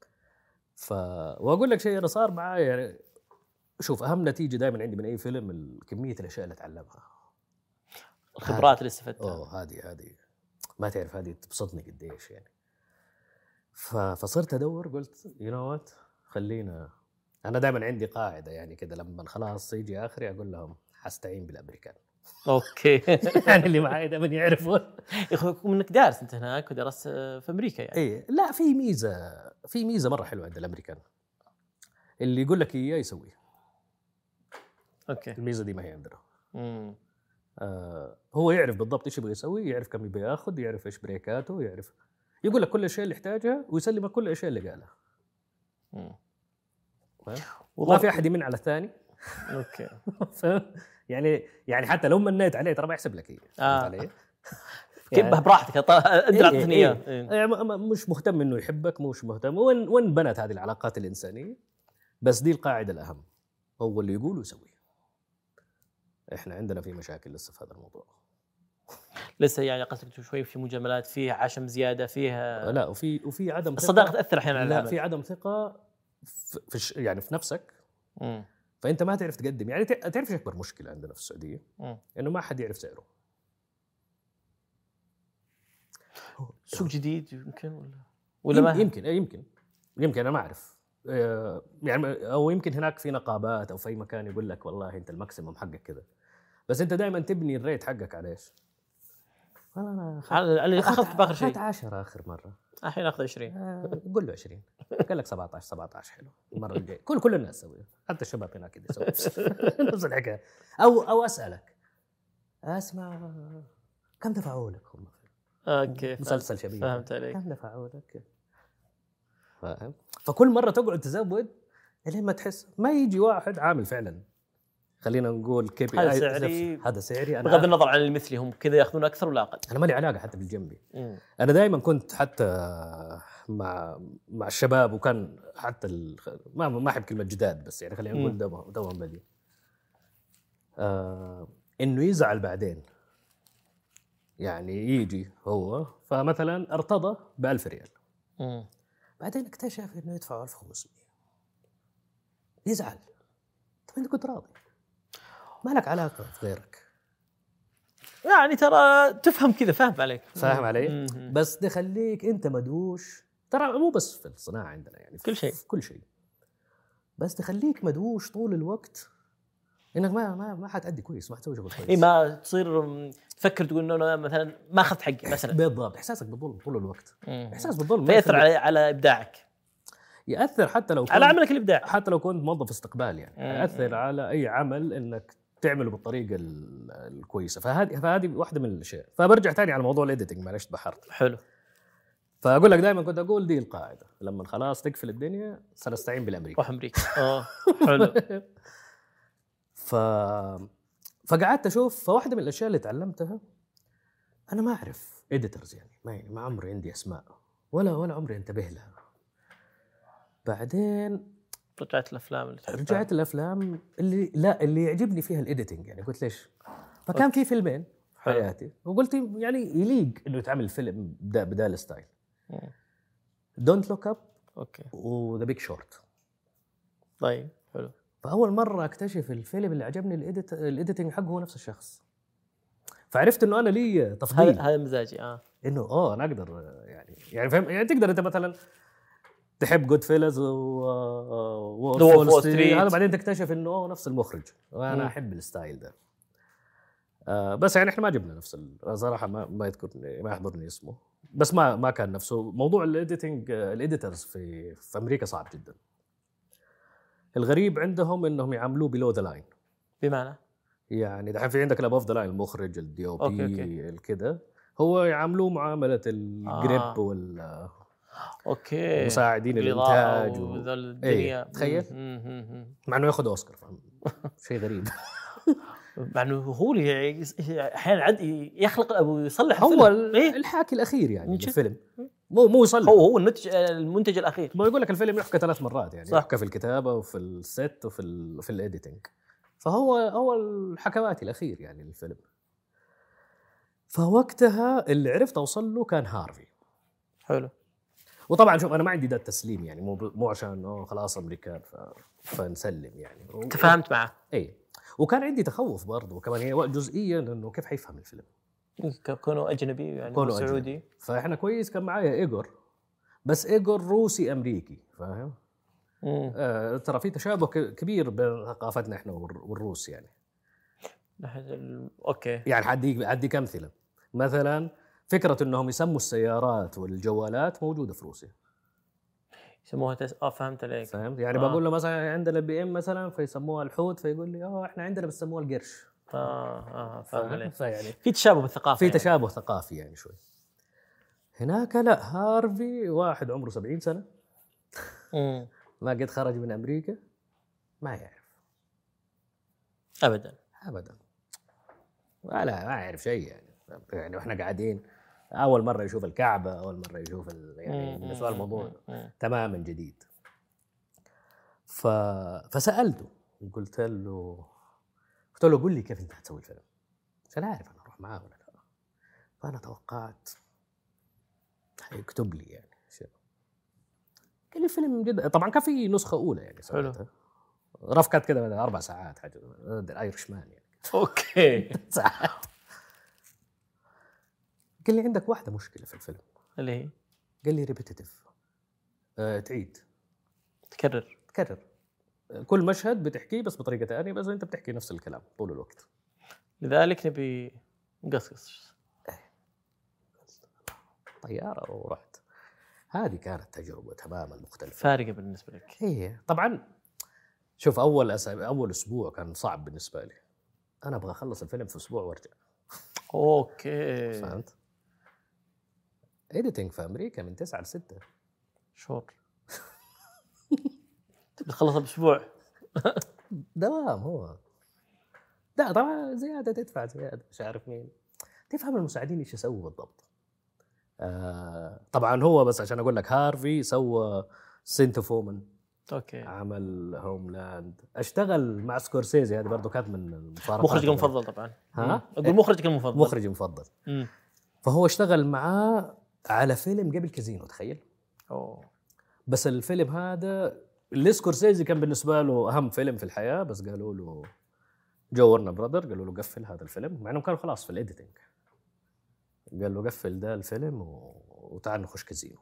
ف واقول لك شيء، انا صار معايا يعني، شوف اهم نتيجه دائما عندي من اي فيلم كميه الاشياء اللي اتعلمها، الخبرات اللي استفدتها. اوه هذه هذه ما تعرف، هذه تبسطني قديش يعني. فصرت ادور، قلت يو نو وات، خلينا، انا دائما عندي قاعده يعني كذا، لما خلاص يجي اخري اقول لهم حستعين بالامريكان. اوكي. يعني اللي معي دائما يعرفوا. يا اخوي انك دارس انت هناك ودرست في امريكا يعني. ايه لا، في ميزه في ميزه مره حلوه عند الامريكان، اللي يقول لك اياه يسويه. اوكي. الميزه دي ما هي عندنا. امم آه هو يعرف بالضبط ايش يبغى يسوي، يعرف كم يبغى ياخذ، يعرف ايش بريكاته، يعرف يقول لك كل الاشياء اللي يحتاجها ويسلمك كل الاشياء اللي قالها. امم وما في احد يمن على الثاني. اوكي. يعني يعني حتى لو منيت عليه ترى ما يحسب لك هي. آه. عليه كبه براحتك، ادرك اياه. يعني مش مهتم انه يحبك، مش مهتم وين وين بنت هذه العلاقات الانسانيه. بس دي القاعده الاهم، هو اللي يقول ويسوي. احنا عندنا في مشاكل لسه في هذا الموضوع، لسه يعني قصدك شوي في مجاملات، فيه عشم زياده، فيها لا وفي وفي عدم الصداقه تاثر احيانا على لا العمل. في عدم ثقه في, في يعني في نفسك. م. فانت ما تعرف تقدم. يعني تعرف ايش اكبر مشكله عندنا في السعوديه؟ م. انه ما حد يعرف سعره. سوق جديد يمكن ولا ولا ما يمكن يمكن يمكن انا ما اعرف يعني، او يمكن هناك في نقابات او في اي مكان يقول لك والله انت الماكسيمم حقك كذا، بس انت دائما تبني الريت حقك على ايش؟ انا اللي اخذت باخر شيء اخذت عشرة اخر مره، الحين اخذ عشرين. آه قول له عشرين، قال لك سبعة عشر سبعة عشر حلو. المره الجايه كل كل الناس يسوي، حتى الشباب هناك كذا يسوي نفس الحكايه. او او اسالك، اسمع كم دفعوا لك هم؟ اوكي مسلسل شبيه، فهمت عليك. كم دفعوا لك؟ فاهم؟ فكل مره تقعد تزود، لين ما تحس ما يجي واحد عامل فعلا خلينا نقول كي بي هذا اي سعري، هذا سعري. بغض النظر عن المثلي هم كذا ياخذون اكثر ولا اقل. انا ما لي علاقه حتى بالجنبي. مم. انا دائما كنت حتى مع مع الشباب، وكان حتى ال... ما ما احب كلمه جداد، بس يعني خلينا نقول دوام دوام بدي آه... انه يزعل بعدين، يعني يجي هو فمثلا ارتضى بألف ريال، مم. بعدين اكتشف انه يدفع ألف وخمسمية، يزعل. طب انت كنت راضي، ما لك علاقه في غيرك. يعني ترى تفهم كذا، فاهم عليك، فاهم علي؟ مم. بس ده خليك انت مدوش، ترى مو بس في الصناعه عندنا، يعني في كل شيء في كل شيء، بس تخليك مدوش طول الوقت انك ما ما ما حتأدي كويس، ما حتسوي شغل كويس. اي ما تصير تفكر تقول انه انا مثلا ما اخذت حقي مثلا. بالضبط، احساسك بالظلم طول الوقت. مم. احساس بالظلم فيأثر على على ابداعك، يأثر حتى لو على عملك الابداعي، حتى لو كنت موظف استقبال، يعني مم. يأثر على اي عمل انك تعمله بالطريقه الكويسه. فهذه فهذه واحده من الاشياء. فبرجع تاني على موضوع الايديتنج، معلش بحرت. حلو. فاقول لك دائما كنت اقول دي القاعده، لما خلاص تقفل الدنيا سنستعين بالامريكا. روح امريكا. اه حلو. ف فقعدت اشوف. فواحده من الاشياء اللي تعلمتها، انا ما اعرف اديترز، يعني ما يعني ما عمري عندي اسماء ولا ولا عمري انتبه لها. بعدين رجعت الافلام اللي تحبها. رجعت الافلام اللي لا اللي يعجبني فيها الايديتنج، يعني قلت ليش. فكان في فيلمين في حياتي وقلت يعني يليق انه يتعمل فيلم بدا بدا الستايل. دونت لوك اب اوكي وذا بيج شورت. طيب حلو. فاول مره اكتشف الفيلم اللي عجبني الايديت الايديتنج حقه هو نفس الشخص. فعرفت انه انا لي تفضيل، هذا هذا مزاجي. اه انه اه انا اقدر يعني يعني فهم يعني تقدر انت مثلا تحب جود فيلز وول ستريت، هذا بعدين تكتشف انه أوه نفس المخرج، وانا احب الستايل ده. آه بس يعني احنا ما جبنا نفس صراحه، ما ما يذكرني ما يحضرني اسمه، بس ما ما كان نفسه. موضوع الايديتنج الايديترز في في امريكا صعب جدا. الغريب عندهم انهم يعاملوه بلو ذا لاين. بمعنى يعني دحين في عندك الابوف ذا لاين، المخرج الدي او بي الكذا، هو يعاملوه معامله الجريب آه. وال اوكي مساعدين الانتاج وذا الدنيا. ايه تخيل، مع انه ياخذ اوسكار. شيء غريب. مع انه هو اللي احيانا عاد يخلق او يصلح هو الفيلم. إيه؟ الحاكي الاخير يعني الفيلم، مو مو يصلح، هو هو المنتج المنتج الاخير. ما يقول لك الفيلم يحكى ثلاث مرات، يعني يحكى في الكتابه وفي الست وفي ال في الايديتنج. فهو هو الحكواتي الاخير يعني الفيلم. فوقتها اللي عرفت اوصل له كان هارفي. حلو. وطبعا شوف انا ما عندي ده التسليم، يعني مو مو عشان أوه خلاص امريكان فنسلم يعني. تفاهمت معه. اي وكان عندي تخوف برضه، وكمان هي جزئيا انه كيف حيفهم الفيلم كونه اجنبي يعني كونه سعودي أجنبي. فاحنا كويس كان معايا ايجور، بس ايجور روسي امريكي، فاهم؟ آه ترى في تشابه كبير بين ثقافتنا احنا والروس يعني. ال... اوكي يعني حدي حدي امثله. مثلا فكره انهم يسموا السيارات والجوالات موجوده في روسيا، يسموها تس... اه فهمت عليك. فهمت يعني. آه. بقول له مثلا عندنا بي ام مثلا فيسموها الحوت، فيقول لي اه احنا عندنا بسموها القرش. اه اه فاهم عليك. فيعني في تشابه بالثقافه، في يعني. تشابه ثقافي يعني شوي. هناك لا، هارفي واحد عمره سبعين سنه امم ما قد خرج من امريكا، ما يعرف ابدا ابدا ولا ما يعرف شيء يعني. يعني واحنا قاعدين اول مره يشوف الكعبه، اول مره يشوف يعني بالنسبه الموضوع تماما جديد. ف... فسالته وقلت له قلت له قل لي كيف انت هتسوي الفيلم عشان اعرف انا اروح معاه ولا لا. فانا توقعت يكتب لي يعني شيء. قال لي فيلم جدا. طبعا كان في نسخه اولى يعني سويتها رفقت كده بعد اربع ساعات حاجه الايرش مان يعني. اوكي ساعات. قال لي عندك واحده مشكله في الفيلم اللي هي قال لي ريبيتيتيف، أه تعيد تكرر تكرر كل مشهد بتحكيه بس بطريقه ثانيه، بس انت بتحكي نفس الكلام طول الوقت. لذلك نبي نقصقص طياره ورحت. هذه كانت تجربه تماما مختلفه فارقه بالنسبه لك. هي طبعا شوف اول أسابيع اول اسبوع كان صعب بالنسبه لي. انا ابغى اخلص الفيلم في اسبوع وارجع. اوكي فهمت. إيديتينج في أمريكا من تسعة لستة شهور. بتخلصها باسبوع. دوام هو. لا طبعا زياده تدفع زياده مش عارف مين. تفهم المساعدين ايش يسووا بالضبط. آه طبعا هو بس عشان اقول لك هارفي سوى سينتوفومن. اوكي. عمل هوملاند. اشتغل مع سكورسيزي، هذه برضه كانت من المفارقات. مخرجك المفضل طبعا. ها اقول مخرجك المفضل. مخرج مفضل. مم. فهو اشتغل معاه على فيلم قبل كازينو تخيل. اوه. بس الفيلم هذا اللي سكورسيزي كان بالنسبه له اهم فيلم في الحياه، بس قالوا له جو ورنر برادر قالوا له قفل هذا الفيلم، مع انهم كانوا خلاص في الايديتنج. قال له قفل ده الفيلم و... وتعال نخش كازينو.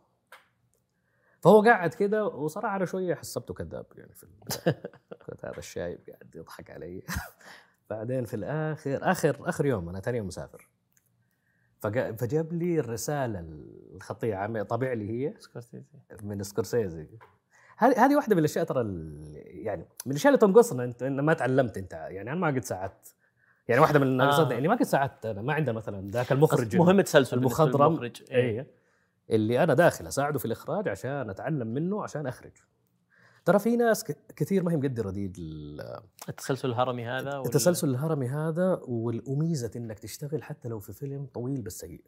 فهو قاعد كده، وصراحه انا شويه حسبته كذاب يعني في كنت هذا الشايب قاعد يضحك علي. بعدين في الاخر اخر اخر يوم انا ثاني يوم مسافر، فجا... فجاب لي الرساله الخطيه طابع لي هي سكورسيزي من سكورسيزي. هذه هذه واحده من الاشياء ترى يعني من الاشياء اللي تنقصنا انت ما تعلمت انت يعني. انا ما قد ساعدت يعني واحده من النقصات آه. يعني ما قد ساعدت انا، ما عندنا مثلا ذاك المخرج مهمه تسلسل المخضرم اي إيه. اللي انا داخل اساعده في الاخراج عشان اتعلم منه عشان اخرج. ترى في ناس كثير ما هي مقدره دي التسلسل الهرمي هذا وال... التسلسل الهرمي هذا والميزه انك تشتغل حتى لو في فيلم طويل بس سيء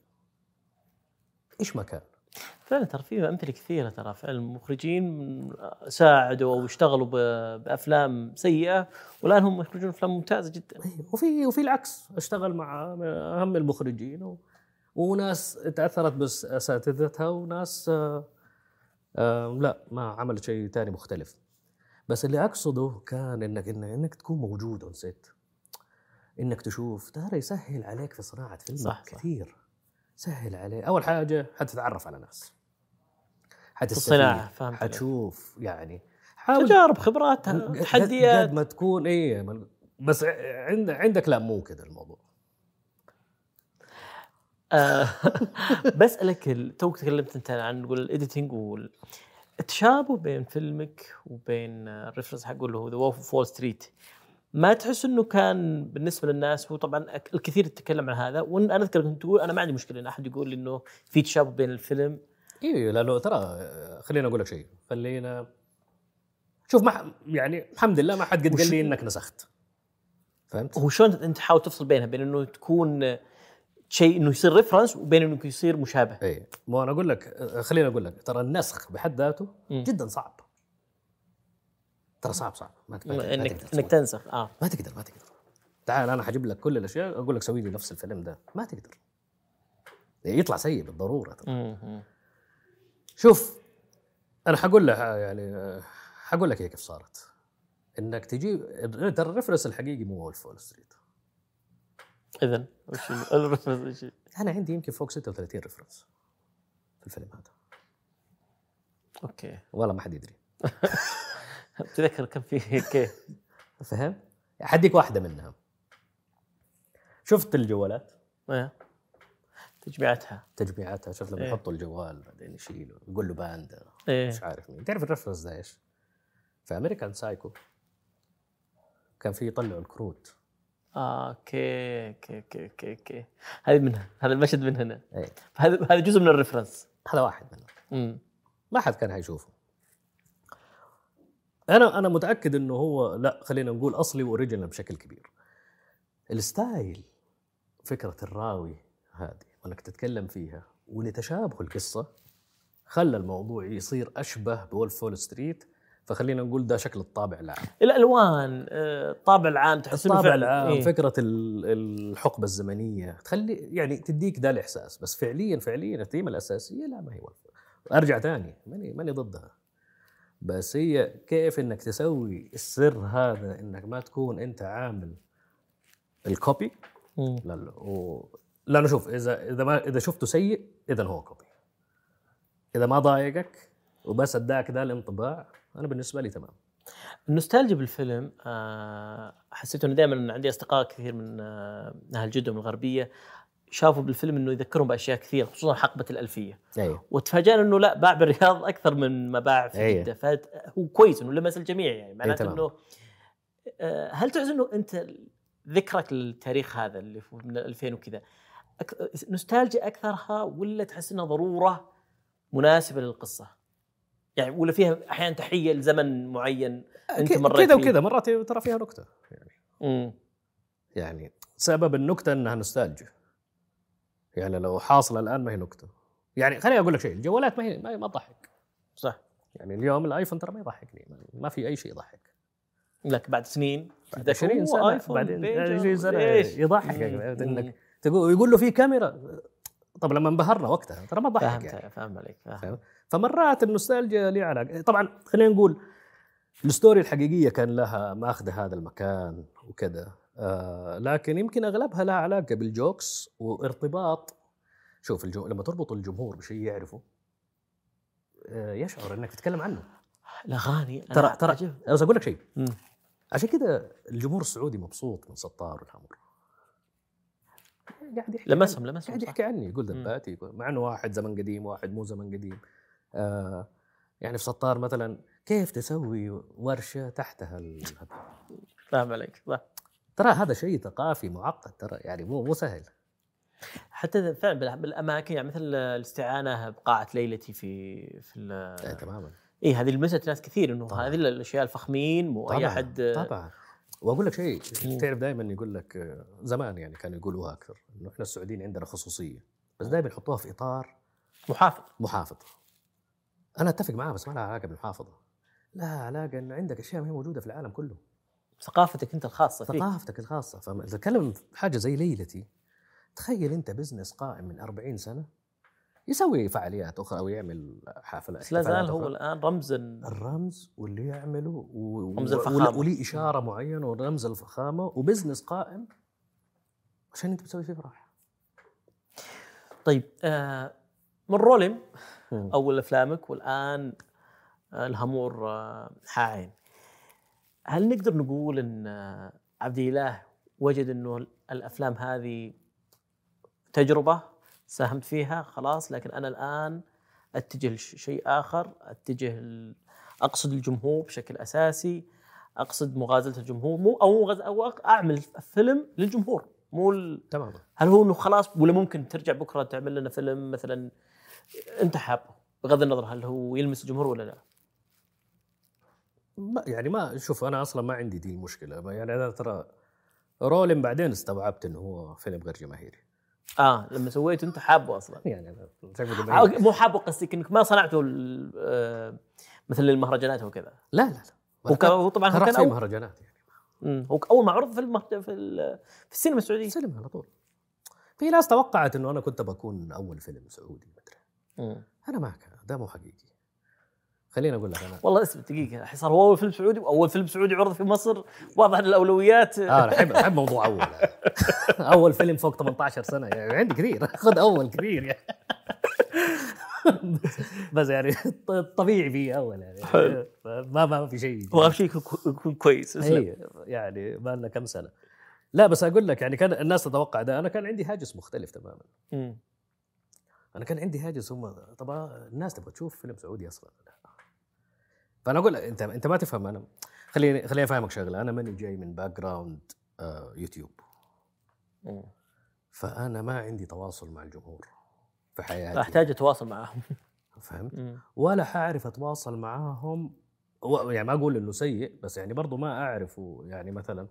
ايش ما كان. فعلا ترى في امثله كثيره، ترى فعلا المخرجين ساعدوا واشتغلوا بافلام سيئه والان هم يخرجون افلام ممتازه جدا. وفي وفي العكس، اشتغل مع اهم المخرجين و... وناس تاثرت باساتذتها وناس آه آه لا ما عملت شيء ثاني مختلف. بس اللي اقصده كان انك انك, إنك تكون موجود اون سيت، انك تشوف ترى يسهل عليك في صناعه فيلم صح كثير صح. سهل عليه. اول حاجه حتتعرف على ناس، حتستفيد، حتشوف يعني تجارب خبرات تحديات قد ما تكون ايه. بس عند عندك لا مو كذا الموضوع. آه بسألك توك تكلمت انت عن نقول الايديتنج والتشابه بين فيلمك وبين الريفرنس حقه اللي هو ذا وولف اوف وول ستريت، ما تحس انه كان بالنسبه للناس؟ هو طبعا الكثير يتكلم عن هذا، وانا اذكر كنت تقول انا ما عندي مشكله ان احد يقول انه في تشابه بين الفيلم. ايوه لانه ترى خلينا اقول لك شيء، خلينا شوف ما يعني الحمد لله ما حد قد قال لي انك نسخت. فهمت؟ هو شلون انت تحاول تفصل بينها، بين انه تكون شيء انه يصير ريفرنس وبين انه يصير مشابه؟ اي مو انا اقول لك خلينا اقول لك ترى النسخ بحد ذاته جدا صعب. ترى صعب صعب ما تقدر انك انك تنسخ اه ما تقدر ما تقدر تعال انا حجيب لك كل الاشياء اقول لك سوي لي نفس الفيلم ده، ما تقدر، يطلع سيء بالضروره. شوف انا حقول لك يعني حقول لك هي كيف صارت. انك تجيب ترى الريفرنس الحقيقي مو وولف وول ستريت. اذا وش الريفرنس؟ ايش انا عندي يمكن فوق ستة وثلاثين ريفرنس في الفيلم هذا. اوكي والله ما حد يدري. تذكر كم فيه كيف فهم؟ حديك واحده منها. شفت الجوالات؟ ايه تجميعاتها تجميعاتها شفت لما إيه؟ يحطوا الجوال بعدين يشيلوا يقول له باندا إيه؟ مش عارف مين. تعرف الريفرنس ده ايش؟ في امريكان سايكو كان في يطلعوا الكروت. اه اوكي اوكي اوكي اوكي هذه منها، هذا المشهد من هنا. ايه هذا هذا جزء من الريفرنس، هذا واحد منه. امم ما حد كان هيشوفه. انا انا متاكد انه هو لا خلينا نقول اصلي واوريجينال بشكل كبير. الستايل فكره الراوي هذه وانك تتكلم فيها ولتشابه القصه خلى الموضوع يصير اشبه بولف وول ستريت. فخلينا نقول ده شكل الطابع العام، الالوان، الطابع العام، تحس انه الطابع العام إيه؟ فكره الحقبه الزمنيه تخلي يعني تديك ده الاحساس. بس فعليا فعليا الثيمه الاساسيه لا ما هي وولف. ارجع ثاني ماني ماني ضدها، بس هي كيف انك تسوي السر هذا انك ما تكون انت عامل الكوبي. لا لا و... لا نشوف اذا اذا ما اذا شفته سيء اذا هو كوبي. اذا ما ضايقك وبس اداك ذا الانطباع انا بالنسبه لي تمام. النوستالجيا بالفيلم آه حسيت انه دائما عندي اصدقاء كثير من آه اهل جده من الغربيه شافوا بالفيلم انه يذكرهم باشياء كثير خصوصا حقبه الالفيه. أيوه. وتفاجأنا انه لا باع بالرياض اكثر من ما باع في أيوه. جده، فهو كويس انه لمس الجميع يعني معناته أيوه انه آه هل تعز انه انت ذكرك للتاريخ هذا اللي من ألفين وكذا أك... نوستالجيا اكثرها ولا تحس انها ضروره مناسبه للقصه؟ يعني ولا فيها احيانا تحيه لزمن معين انت مريت كذا وكذا مرات ترى فيها نكته يعني امم يعني سبب النكته انها نوستالجيا يعني لو حاصله الان ما هي نكته يعني خليني اقول لك شيء الجوالات ما هي ما تضحك صح يعني اليوم الايفون ترى ما يضحكني ما في اي شيء يضحك لك بعد سنين بعد عشرين سنه بعدين عشرين سنه يضحك انك تقول يقول له في كاميرا طب لما انبهرنا وقتها ترى ما ضحك فهمت يعني فاهم عليك فاهم. فمرات النوستالجيا لي علاقه طبعا خلينا نقول الستوري الحقيقيه كان لها ماخذ هذا المكان وكذا آه لكن يمكن اغلبها لها علاقه بالجوكس وارتباط شوف الجو... لما تربط الجمهور بشيء يعرفه آه يشعر انك تتكلم عنه الاغاني ترى ترى بس اقول لك شيء م. عشان كذا الجمهور السعودي مبسوط من سطار والحمر قاعد يحكي لمسهم لمسهم قاعد يحكي عني يقول ذباتي يقول مع انه واحد زمن قديم واحد مو زمن قديم آه يعني في سطار مثلا كيف تسوي ورشه تحتها ال... فاهم عليك صح ترى هذا شيء ثقافي معقد ترى يعني مو مو سهل حتى فعلا بالاماكن يعني مثل الاستعانه بقاعه ليلتي في في اي تماما اي هذه لمست ناس كثير انه هذه الاشياء الفخمين مو اي احد طبعا واقول لك شيء تعرف دائما يقول لك زمان يعني كانوا يقولوها اكثر انه احنا السعوديين عندنا خصوصيه بس دائما يحطوها في اطار محافظ محافظ انا اتفق معاه بس ما لها علاقه بالمحافظه لها علاقه انه عندك اشياء ما هي موجوده في العالم كله ثقافتك انت الخاصه فيك ثقافتك الخاصه فاذا تتكلم حاجه زي ليلتي تخيل انت بزنس قائم من أربعين سنه يسوي فعاليات اخرى او يعمل حفلات بس لا زال هو الان رمز الرمز واللي يعمله و... رمز الفخامه ولي اشاره معينه ورمز الفخامه وبزنس قائم عشان انت بتسوي فيه فرح. طيب آه من رولم اول افلامك والان آه الهامور آه حاعين هل نقدر نقول ان آه عبد الاله وجد انه الافلام هذه تجربه ساهمت فيها خلاص لكن أنا الآن أتجه لشيء آخر أتجه ل... أقصد الجمهور بشكل أساسي أقصد مغازلة الجمهور مو أو مغاز... أو أعمل فيلم للجمهور مو ال... تمام هل هو إنه خلاص ولا ممكن ترجع بكرة تعمل لنا فيلم مثلا أنت حابه بغض النظر هل هو يلمس الجمهور ولا لا؟ ما يعني ما شوف أنا أصلا ما عندي دي المشكلة يعني أنا ترى رولم بعدين استوعبت إنه هو فيلم غير جماهيري اه لما سويته انت حابه اصلا يعني مو حابه قصدك انك ما صنعته مثل المهرجانات وكذا لا لا لا هو طبعا هو كان في مهرجانات يعني امم هو اول ما عرض في المهرجان في, في السينما السعوديه السينما على طول في ناس توقعت انه انا كنت بكون اول فيلم سعودي مدري انا ما كان ده مو حقيقي خليني اقول لك انا والله اسمع دقيقه صار هو اول فيلم سعودي واول فيلم سعودي عرض في مصر واضح الاولويات اه انا احب احب موضوع اول اول فيلم فوق ثمانية عشر سنه يعني عندي كثير خذ اول كثير يعني بس يعني طبيعي فيه اول يعني ما ما في شيء واهم شيء يكون كويس يعني ما لنا كم سنه لا بس اقول لك يعني كان الناس تتوقع ده انا كان عندي هاجس مختلف تماما م. انا كان عندي هاجس هم طبعا الناس تبغى تشوف فيلم سعودي اصلا فانا اقول انت انت ما تفهم انا خليني خليني افهمك شغله انا ماني جاي من باك جراوند آه يوتيوب م. فانا ما عندي تواصل مع الجمهور في حياتي احتاج اتواصل معهم فهمت م. ولا حاعرف اتواصل معاهم يعني ما اقول انه سيء بس يعني برضو ما اعرفه يعني مثلا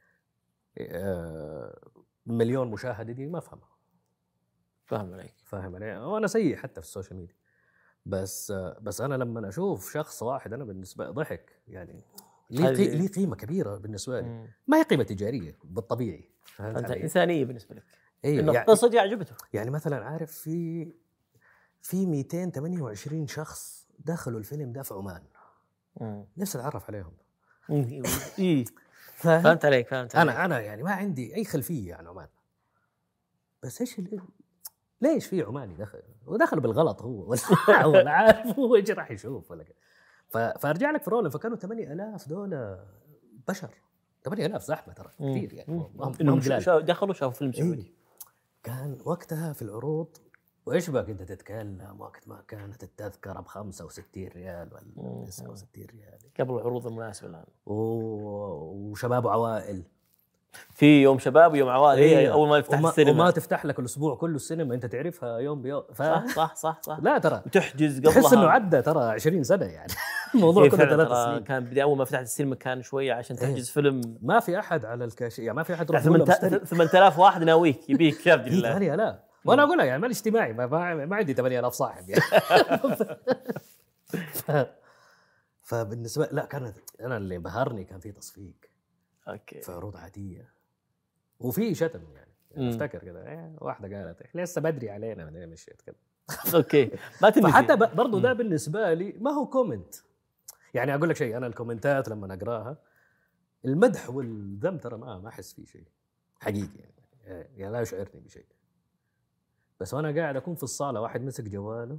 آه مليون مشاهد دي ما افهمها فاهم عليك فاهم علي وانا سيء حتى في السوشيال ميديا بس آه بس انا لما اشوف شخص واحد انا بالنسبه لي ضحك يعني ليه قي... ليه قيمه كبيره بالنسبه لي م. ما هي قيمه تجاريه بالطبيعي فهمت انسانيه بالنسبه لك إيه انه يعني قصدي عجبته يعني مثلا عارف في في مئتين وثمانية وعشرين شخص دخلوا الفيلم ده في عمان نفسي اتعرف عليهم ايه فهمت عليك فهمت عليك انا انا يعني ما عندي اي خلفيه عن عمان بس ايش اللي ليش في عماني دخل ودخل بالغلط هو ولا عارف هو ايش راح يشوف ولا فارجع لك في رولم فكانوا ثمانية آلاف دولة بشر ثمانية آلاف زحمه ترى كثير يعني انهم دخلوا شافوا فيلم سعودي إيه؟ كان وقتها في العروض وايش بك انت تتكلم وقت ما كانت التذكره ب خمسة وستين ريال ولا تسعة وستين ريال قبل العروض المناسبه الان وشباب وعوائل في يوم شباب ويوم عوائل إيه. اول ما يفتح وما السينما وما تفتح لك الاسبوع كله السينما، انت تعرفها يوم بيوم. ف... صح صح صح صح لا ترى تحجز قبلها، تحس انه عدى ترى عشرين سنه يعني. الموضوع كله ثلاث سنين. كان بدي اول ما فتحت السينما كان شويه عشان تحجز إيه؟ فيلم ما في احد على الكاشي يعني، ما في احد يروح ثمانية آلاف واحد ناويك يبيك شاف بالله. ثمانية آلاف وانا اقول لك يعني مال اجتماعي ما, ما, ما عندي ثمانية آلاف صاحب يعني. ف... فبالنسبه لا كانت انا اللي بهرني كان في تصفيق اوكي في عروض عاديه وفي شتم يعني, يعني افتكر كذا إيه واحده قالت لسه بدري علينا من مشيت كذا. اوكي ما تنسي. فحتى برضو ده بالنسبه لي ما هو كومنت يعني. اقول لك شيء، انا الكومنتات لما اقراها المدح والذم ترى ما ما احس فيه شيء حقيقي يعني, يعني لا يشعرني بشيء. بس وانا قاعد اكون في الصاله واحد مسك جواله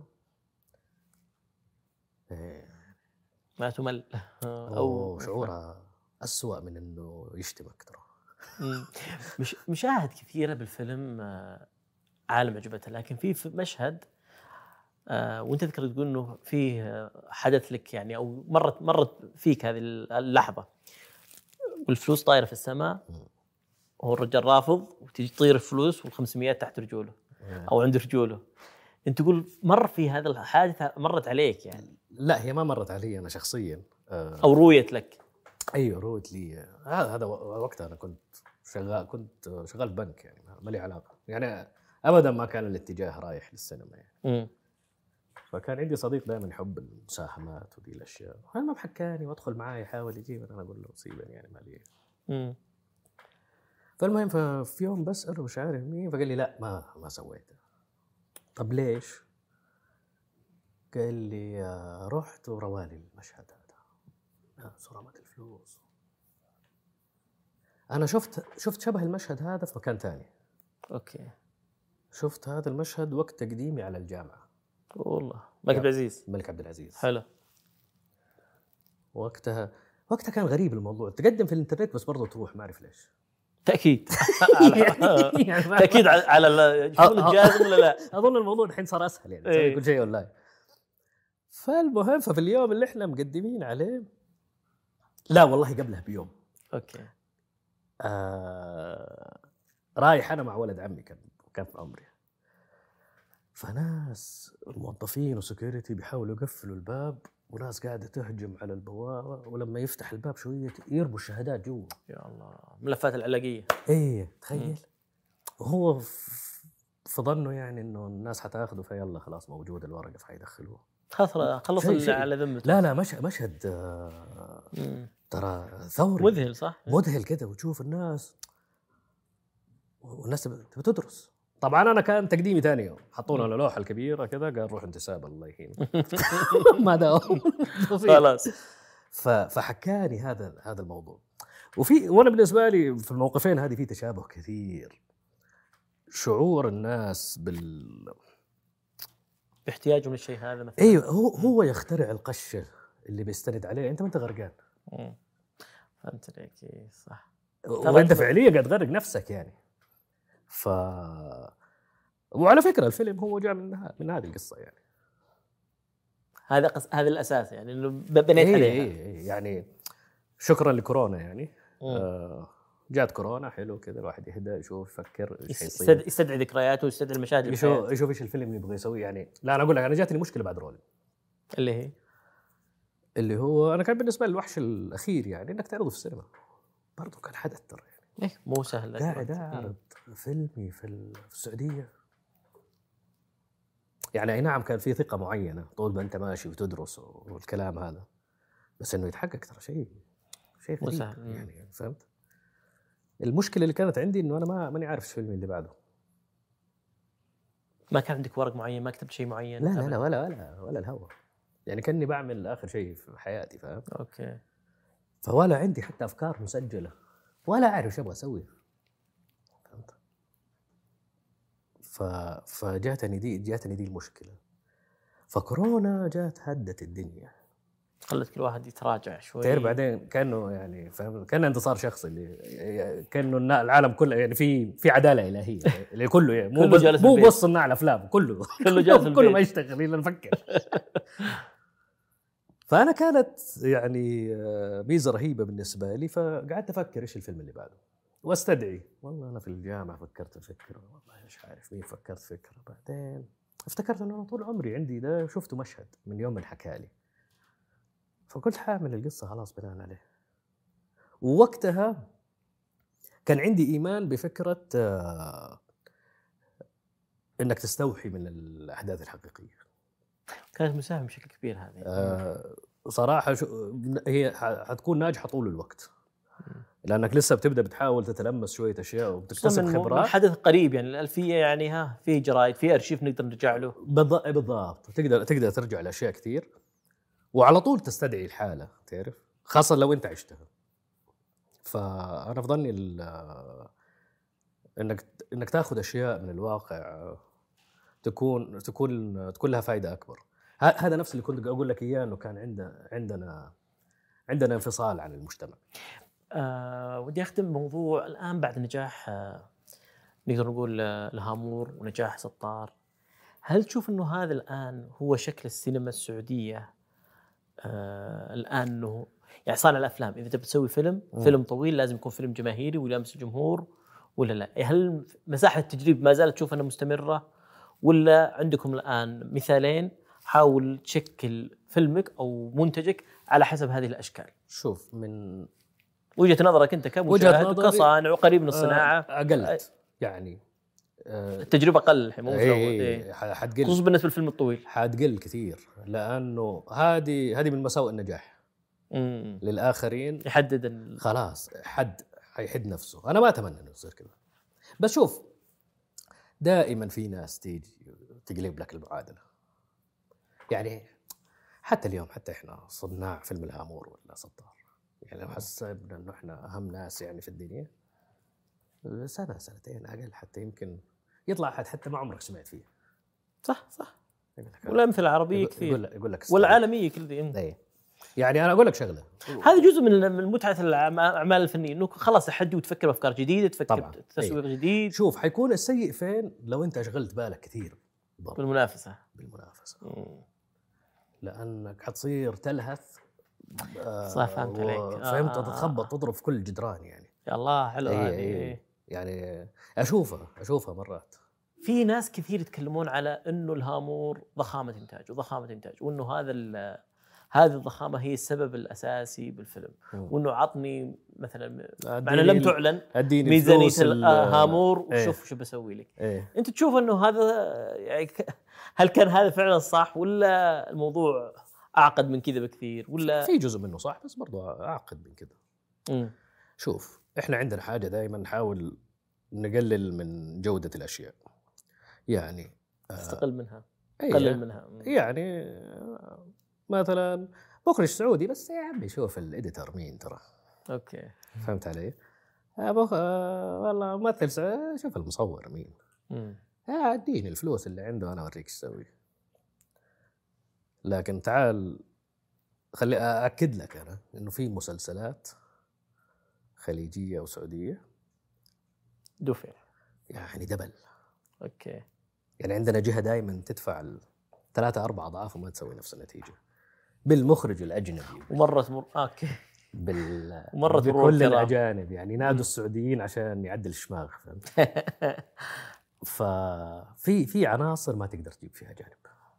ما تمل او شعورها أسوأ من انه يشتمك ترى. مش مشاهد كثيره بالفيلم عالم عجبتها، لكن في مشهد آه وانت تذكر تقول انه فيه حدث لك يعني او مرت مرت فيك هذه اللحظه والفلوس طايره في السماء وهو الرجال رافض وتجي تطير الفلوس والخمسميات تحت رجوله او عند رجوله. انت تقول مر في هذا الحادثه مرت عليك يعني؟ لا هي ما مرت علي انا شخصيا آه او رويت لك. ايوه رويت لي. هذا هذا وقتها انا كنت شغال كنت شغال بنك يعني ما لي علاقه يعني ابدا ما كان الاتجاه رايح للسينما يعني. م. فكان عندي صديق دائما يحب المساهمات ودي الاشياء، هل ما بحكاني وادخل معاه يحاول يجيب، انا اقول له سيبني يعني مالي. امم فالمهم ففي يوم بساله مش عارف مين فقال لي لا ما ما سويته. طب ليش؟ قال لي رحت وروالي المشهد هذا صرامة الفلوس. انا شفت شفت شبه المشهد هذا في مكان ثاني. اوكي شفت هذا المشهد وقت تقديمي على الجامعه. والله الملك عبد العزيز. الملك عبد العزيز حلو. وقتها وقتها كان غريب الموضوع، تقدم في الانترنت بس برضه تروح ما اعرف ليش. تاكيد تاكيد على الشغل الجاهز ولا لا؟ اظن الموضوع الحين صار اسهل يعني تسوي كل شيء اونلاين. فالمهم ففي اليوم اللي احنا مقدمين عليه لا والله قبلها بيوم اوكي آه رايح انا مع ولد عمي كان كان في عمري، فناس الموظفين وسكيورتي بيحاولوا يقفلوا الباب وناس قاعده تهجم على البوابه، ولما يفتح الباب شويه يربوا الشهادات جوا. يا الله ملفات العلاقيه. ايه تخيل. وهو في ظنه يعني انه الناس حتاخذه فيلا خلاص موجود الورقه فحيدخلوه خلاص خلص على ذمته. لا لا مشهد مشهد آه ترى ثوري مذهل صح مذهل كده، وتشوف الناس والناس بتدرس. طبعا انا كان تقديمي ثاني يوم حطونا على لوحه الكبيره كذا قال روح انتساب الله يهينك. ما داوم خلاص. فحكاني هذا هذا الموضوع. وفي وانا بالنسبه لي في الموقفين هذه في تشابه كثير. شعور الناس بال باحتياجهم للشيء هذا مثلا. ايوه هو هو يخترع القشه اللي بيستند عليه، انت ما انت غرقان. فهمت عليك صح. وانت فعليا قاعد تغرق نفسك يعني. ف وعلى فكره الفيلم هو جاء من من هذه القصه يعني. هذا قص... هذا الاساس يعني انه بنيت إيه عليها. إيه إيه يعني شكرا لكورونا يعني. آه جات كورونا حلو كذا الواحد يهدى يشوف يفكر ايش حيصير، يستدعي ذكرياته ويستدعي المشاهد اللي يشوف يشوف ايش الفيلم اللي يبغى يسويه يعني. لا انا اقول لك انا جاتني مشكله بعد رول اللي هي اللي هو انا كان بالنسبه لي الوحش الاخير يعني انك تعرضه في السينما برضه كان حدث ترى يعني. ايه مو سهل قاعد اعرض فيلمي في السعوديه يعني. اي نعم كان في ثقه معينه طول ما انت ماشي وتدرس والكلام هذا، بس انه يتحقق ترى شيء شيء غريب يعني. فهمت المشكله اللي كانت عندي انه انا ما ماني عارف ايش فيلمي اللي بعده. ما كان عندك ورق معين، ما كتبت شيء معين؟ لا لا لا ولا ولا ولا الهوى يعني. كاني بعمل اخر شيء في حياتي فهمت. اوكي. فولا عندي حتى افكار مسجله ولا اعرف ايش ابغى اسوي فهمت. ف فجاتني دي جاتني دي المشكله. فكورونا جات هدت الدنيا، خلت كل واحد يتراجع شوي. تعرف بعدين كانه يعني فاهم كان انتصار شخصي اللي كانه العالم كله يعني في في عداله الهيه اللي كله يعني مو بس مو بس صناع الافلام كله كله جالس كله ما يشتغل الا نفكر. فانا كانت يعني ميزه رهيبه بالنسبه لي، فقعدت افكر ايش الفيلم اللي بعده. واستدعي والله انا في الجامعه فكرت فكره، والله مش عارف مين فكرت فكره، بعدين افتكرت انه انا طول عمري عندي ده، شفته مشهد من يوم من حكالي، فقلت حاعمل القصه خلاص بناء عليه. ووقتها كان عندي ايمان بفكره آه انك تستوحي من الاحداث الحقيقيه. كانت مساهمه بشكل كبير هذه. آه صراحه هي حتكون ناجحه طول الوقت، لانك لسه بتبدا بتحاول تتلمس شويه اشياء وبتكتسب خبرات. حدث قريب يعني الألفية، يعني ها في جرايد، في ارشيف نقدر نرجع له. بالضبط بالضبط، تقدر تقدر ترجع لاشياء كثير وعلى طول تستدعي الحاله، تعرف، خاصه لو انت عشتها. فانا في ظني انك انك تاخذ اشياء من الواقع تكون تكون تكون لها فائده اكبر. هذا نفس اللي كنت اقول لك اياه، انه كان عندنا عندنا عندنا انفصال عن المجتمع. آه ودي اختم موضوع الان بعد نجاح آه نقدر نقول آه الهامور ونجاح سطار، هل تشوف انه هذا الان هو شكل السينما السعوديه آه الان، انه يعني صانع الافلام اذا تبي تسوي فيلم م. فيلم طويل لازم يكون فيلم جماهيري ويلامس الجمهور ولا لا؟ هل مساحه التجريب ما زالت تشوف انها مستمره، ولا عندكم الان مثالين حاول تشكل فيلمك او منتجك على حسب هذه الاشكال؟ شوف، من وجهه نظرك انت كمشاهد وكصانع وقريب من الصناعه، اقلت يعني آه التجربه قل الحين، مو ايه حتقل، خصوصا بالنسبه للفيلم الطويل حتقل كثير، لانه هذه هذه من مساوئ النجاح. مم. للاخرين يحدد ال... خلاص حد حيحد نفسه. انا ما اتمنى انه يصير كذا، بس شوف دائما في ناس تيجي تقلب لك المعادله. يعني حتى اليوم، حتى احنا صناع فيلم الهامور ولا سطار، يعني لو حسبنا انه احنا اهم ناس يعني في الدنيا، سنه سنتين اقل حتى، يمكن يطلع حد حتى ما عمرك سمعت فيه. صح صح. والامثله العربيه كثير، يقول لك يقول لك والعالميه كل ذي. يعني انا اقول لك شغله، هذا جزء من متعه الاعمال الفنيه، انه خلاص تحدي وتفكر بافكار جديده، تفكر بتسويق جديد. شوف حيكون السيء فين؟ لو انت اشغلت بالك كثير بالمنافسه بالمنافسه مم. لانك حتصير تلهث. آه صح، فهمت عليك. فهمت. آه. تتخبط تضرب في كل الجدران يعني. يا الله حلو. أيه أيه. يعني اشوفها اشوفها مرات. في ناس كثير يتكلمون على انه الهامور ضخامه انتاج وضخامه انتاج، وانه هذا هذه الضخامه هي السبب الاساسي بالفيلم، وانه عطني مثلا معنا لم تعلن ميزانيه الهامور وشوف ايه. شو بسوي لك. ايه. انت تشوف انه هذا يعني هل كان هذا فعلا صح، ولا الموضوع اعقد من كذا بكثير؟ ولا في جزء منه صح بس برضه اعقد من كذا. م. شوف احنا عندنا حاجه دائما نحاول نقلل من جوده الاشياء، يعني تستقل منها، قلل ايه. منها م. يعني مثلا مخرج سعودي بس يا عمي شوف الاديتر مين ترى. اوكي فهمت علي؟ ابغى والله ممثل سعودي شوف المصور مين. امم اديني الفلوس اللي عنده انا اوريك ايش اسوي. لكن تعال خلي ااكد لك انا انه في مسلسلات خليجيه وسعوديه دفع يعني دبل. اوكي يعني عندنا جهه دائما تدفع ثلاثة أربعة أضعاف وما تسوي نفس النتيجة بالمخرج الأجنبي. ومرة مر... أوكي بال ومرة بكل الأجانب يعني نادوا السعوديين عشان يعدل الشماغ، فهمت؟ ففي في عناصر ما تقدر تجيب فيها أجانب.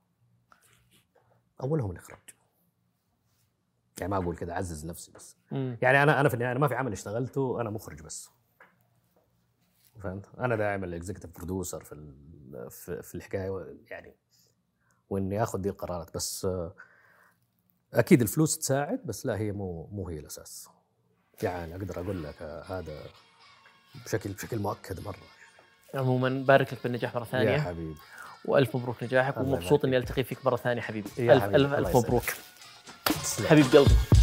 أولهم الإخراج. يعني ما أقول كذا أعزز نفسي بس. مم. يعني أنا أنا في النهاية ما في عمل اشتغلته أنا مخرج بس. فهمت؟ أنا دائما الإكزيكتيف برودوسر في في الحكاية يعني، وإني أخذ دي القرارات. بس أكيد الفلوس تساعد بس لا هي مو مو هي الأساس. يعني أقدر أقول لك هذا بشكل بشكل مؤكد مرة. عموما بارك لك بالنجاح مرة ثانية يا حبيبي، وألف مبروك نجاحك، ومبسوط إني ألتقي فيك مرة ثانية حبيبي. ألف ألف, ألف مبروك حبيب قلبي.